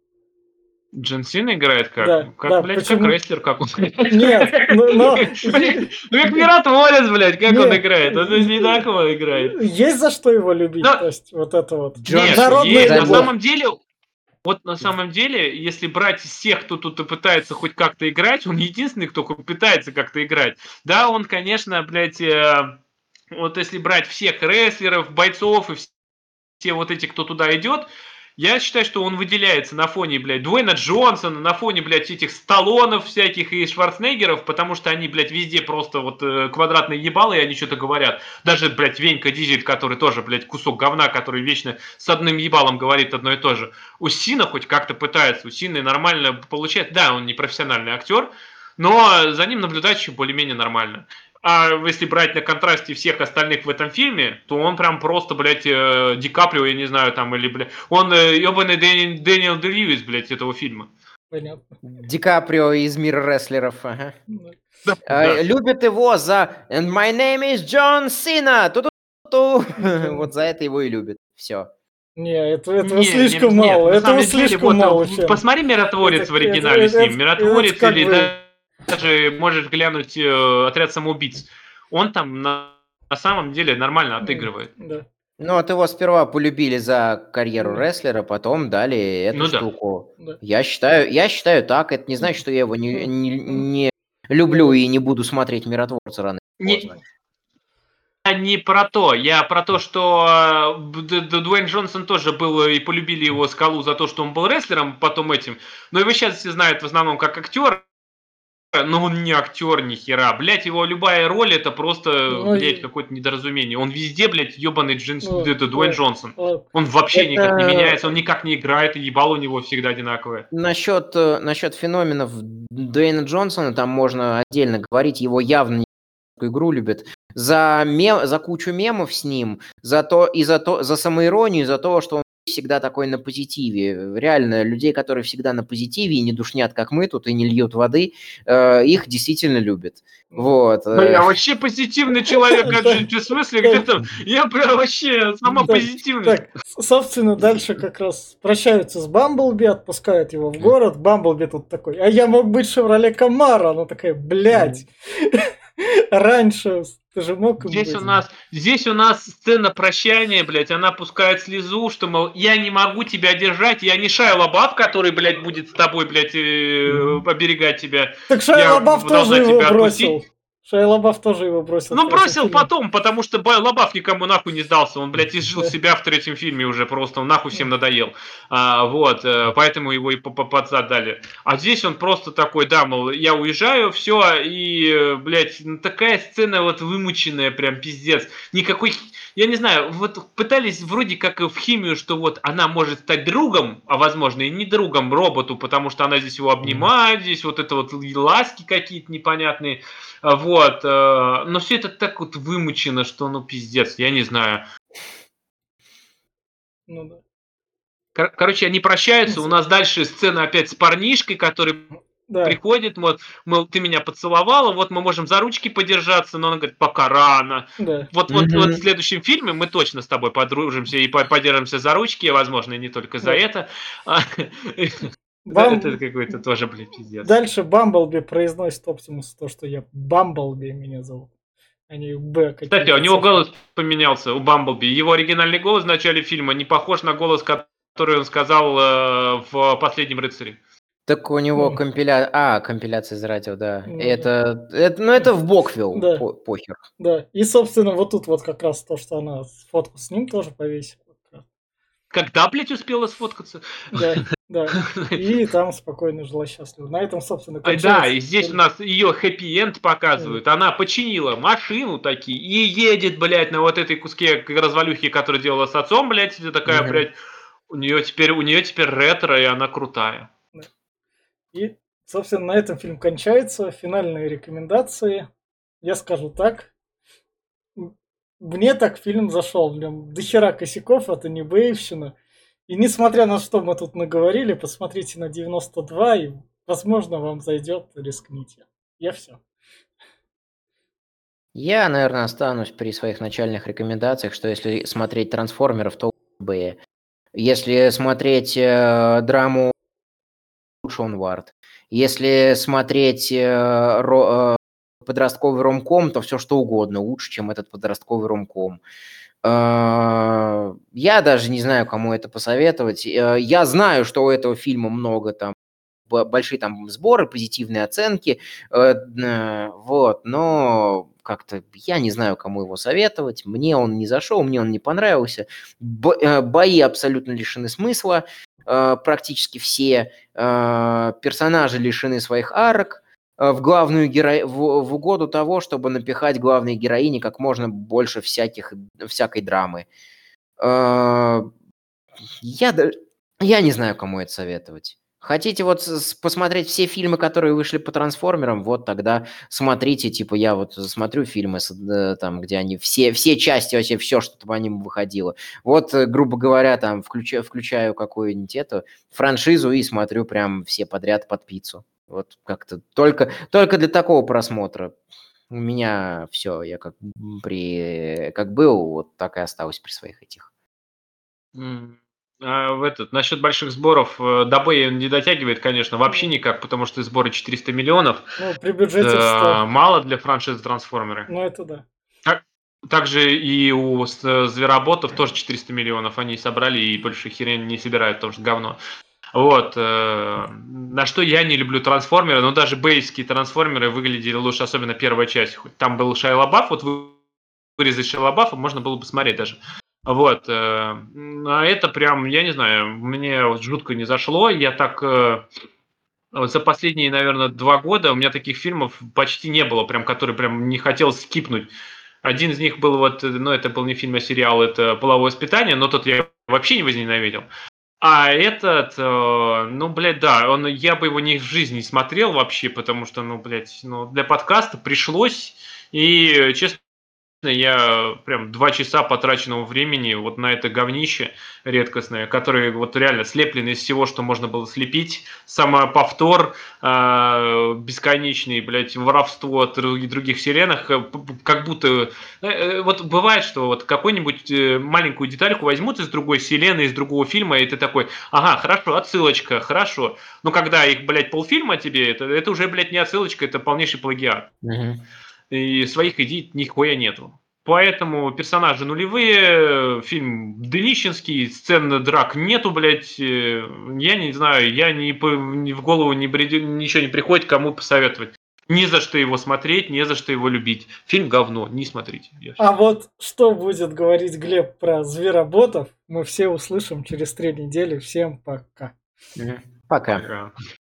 Джон Сина играет как? Да, как, да, блядь, почему? как рестлер, как он. Нет, ну, но... Ну как миротворец, блядь, как он играет? Он не так его играет. Есть за что его любить, то есть вот это вот. Нет, есть, на самом деле... Вот на самом деле, если брать из всех, кто тут пытается хоть как-то играть, он единственный, кто пытается как-то играть. Да, он, конечно, блядь, э, вот если брать всех рестлеров, бойцов и все вот эти, кто туда идет, я считаю, что он выделяется на фоне, блядь, Дуэйна Джонсона, на фоне, блядь, этих Сталлонов всяких и Шварценеггеров, потому что они, блядь, везде просто вот э, квадратные ебалы, и они что-то говорят. Даже, блядь, Венька Дизель, который тоже, блядь, кусок говна, который вечно с одним ебалом говорит одно и то же. У Сина хоть как-то пытается, у Сины нормально получается. Да, он не профессиональный актер, но за ним наблюдать еще более-менее нормально. А если брать на контрасте всех остальных в этом фильме, то он прям просто, блядь, э, Ди Каприо, я не знаю, там, или, блядь, он э, ебаный Дэни, Дэниел Дэ-Льюис, блядь, этого фильма. Понятно. Ди Каприо из мира рестлеров, ага. Да, а, да. Любит его за «And my name is John Cena». Ту-ту-ту. Вот за это его и любит. Все. Не, это, этого не, слишком не, мало. Нет, этого деле, слишком вот, мало. Посмотри «Миротворец» это, в оригинале это, с ним. Это, «Миротворец» это, или бы... даже можешь глянуть э, «Отряд самоубийц». Он там на, на самом деле нормально отыгрывает. Да. Ну, вот его сперва полюбили за карьеру да. рестлера, потом дали эту ну, штуку. Да. Я считаю, я считаю так. Это не значит, что я его не, не, не люблю и не буду смотреть «Миротворца» рано или поздно. Я не про то. Я про то, что Дуэйн Джонсон тоже был, и полюбили его Скалу за то, что он был рестлером, потом этим. Но его сейчас все знают в основном как актер. Но он не актер ни хера. Блять, его любая роль это просто, ну, блять, какое-то недоразумение. Он везде, блять, ебаный Джин... ну, это Дуэйн Джонсон. Он вообще это... никак не меняется, он никак не играет, и ебало у него всегда одинаковое. Насчет, насчет феноменов Дуэйна Джонсона, там можно отдельно говорить, его явно игру любят. За, мем, за кучу мемов с ним, за то, и за, то, за самоиронию, за то, что он всегда такой на позитиве. Реально, людей, которые всегда на позитиве и не душнят, как мы тут, и не льют воды, э, их действительно любят. Вот. Да я вообще позитивный человек, в смысле, где там? Я прям вообще сама позитивная. Так, собственно, дальше как раз прощаются с Бамблби, отпускают его в город. Бамблби тут такой, а я мог быть Шевроле Камаро. Она такая, блядь. Раньше ты же мог здесь быть. у нас здесь у нас сцена прощания, блядь, она пускает слезу, что, мол, я не могу тебя держать, я не Шайа Лабаф, который, блядь, будет с тобой, блядь, э, оберегать тебя. Так Шайа Лабаф тоже его бросил. Отпустить. Шайа Лабаф тоже его бросил. Ну, бросил потом, потому что Лабаф никому нахуй не сдался. Он, блядь, изжил себя в третьем фильме уже просто. Он нахуй всем надоел. А, вот, поэтому его и под зад дали. А здесь он просто такой, да, мол, я уезжаю, все, и, блядь, такая сцена вот вымученная, прям пиздец. Никакой, я не знаю, вот пытались вроде как в химию, что вот она может стать другом, а возможно и не другом роботу, потому что она здесь его обнимает, здесь вот это вот ласки какие-то непонятные. Вот, э, но все это так вот вымучено, что ну пиздец, я не знаю. Ну да. Кор- короче, они прощаются, у нас дальше сцена опять с парнишкой, который да. приходит, вот, мол, ты меня поцеловала, вот мы можем за ручки подержаться, но она говорит, пока рано. Да. Вот, вот, mm-hmm. вот в следующем фильме мы точно с тобой подружимся и подержимся за ручки, возможно, и не только за да. это. Бам... Это какой-то тоже, блин, пиздец. Дальше Бамблби произносит Оптимус то, что я Бамблби меня зовут, а не Б. Кстати, у него голос поменялся, у Бамблби. Его оригинальный голос в начале фильма не похож на голос, который он сказал э, в «Последнем рыцаре». Так у него mm. компиляция... А, компиляция из радио, да. Mm. Это, это... Ну, это в бок вел, да. По- похер. Да, и, собственно, вот тут вот как раз то, что она фотку с ним тоже повесила. Когда, блядь, успела сфоткаться? Да, да. И там спокойно жила счастливо. На этом, собственно, кончается. Да, и здесь у нас ее хэппи-энд показывают. Mm. Она починила машину таки и едет, блядь, на вот этой куске развалюхи, которую делала с отцом, блядь, такая, mm-hmm. блядь, у нее теперь, у нее теперь ретро, и она крутая. Да. И, собственно, на этом фильм кончается. Финальные рекомендации. Я скажу так. мне так фильм зашел. В нем дохера косяков, это не бэевщина. И несмотря на что мы тут наговорили, посмотрите на девяносто два, и, возможно, вам зайдет, рискните. Я все. Я, наверное, останусь при своих начальных рекомендациях, что если смотреть трансформеров, то Б. Если смотреть э, драму, Шон Вард. Если смотреть э, ро- э, подростковый ромком, то все что угодно лучше, чем этот подростковый ромком. Э, Я даже не знаю, кому это посоветовать. Э, Я знаю, что у этого фильма много там б- большие там сборы, позитивные оценки, э, э, вот, но как-то я не знаю, кому его советовать. Мне он не зашел, мне он не понравился. Бо- э, бои абсолютно лишены смысла, э, практически все э, персонажи лишены своих арок. э, В главную геро... в, в угоду того, чтобы напихать главной героине как можно больше всяких, всякой драмы. Э, Я, да- я не знаю, кому это советовать. Хотите вот с- с- посмотреть все фильмы, которые вышли по трансформерам, вот тогда смотрите, типа я вот смотрю фильмы, с- э, там, где они все, все части, вообще все, что по ним выходило. Вот, э, грубо говоря, там включаю, включаю какую-нибудь эту франшизу и смотрю прям все подряд под пиццу. Вот как-то только, только для такого просмотра. У меня все, я как при, как был, вот так и остался при своих этих. М. А в этот, насчет больших сборов, э, до Б не дотягивает, конечно, вообще Ну, никак, потому что сборы четыреста миллионов. ну, при бюджете в Это сто. мало для франшизы Трансформеры. Ну, это да. Так, также и у с- Звероботов тоже четыреста миллионов они собрали и больше херень не собирают, потому что говно. Вот. э, На что я не люблю трансформеры, но даже бейские трансформеры выглядели лучше, особенно первая часть. Хоть там был Шайа Лабаф, вот вы- вырезать Шайа Лабафа можно было бы смотреть даже. Вот. э, А это прям, я не знаю, мне вот жутко не зашло. Я так... э, вот за последние, наверное, два года у меня таких фильмов почти не было, прям, которые прям не хотел скипнуть. Один из них был вот, э, ну, это был не фильм, а сериал, это «Половое воспитание», но тот я вообще не возненавидел. А этот, э, ну, блядь, да, он, я бы его ни в жизни не смотрел вообще, потому что, ну, блядь, ну, для подкаста пришлось, и, честно, я прям два часа потраченного времени вот на это говнище редкостное, которое вот реально слеплено из всего, что можно было слепить. Самоповтор, э, бесконечный, блядь, воровство от друг- других вселенных, э, п- п- как будто... э, э, Вот бывает, что вот какую-нибудь э, маленькую детальку возьмут из другой вселенной, из другого фильма, и ты такой, ага, хорошо, отсылочка, хорошо. Но когда их, блядь, полфильма тебе, это, это уже, блядь, не отсылочка, это полнейший плагиат. Мгм. И своих идей нихуя нету. Поэтому персонажи нулевые, фильм днищенский, сцен драк нету, блядь. э, Я не знаю, я ни, по- ни в голову не бреди- ничего не приходит, кому посоветовать. Не за что его смотреть, не за что его любить. Фильм говно, не смотрите. Я А всё. вот что будет говорить Глеб про звероботов, мы все услышим через три недели. Всем пока. Мгм. Пока. Пока.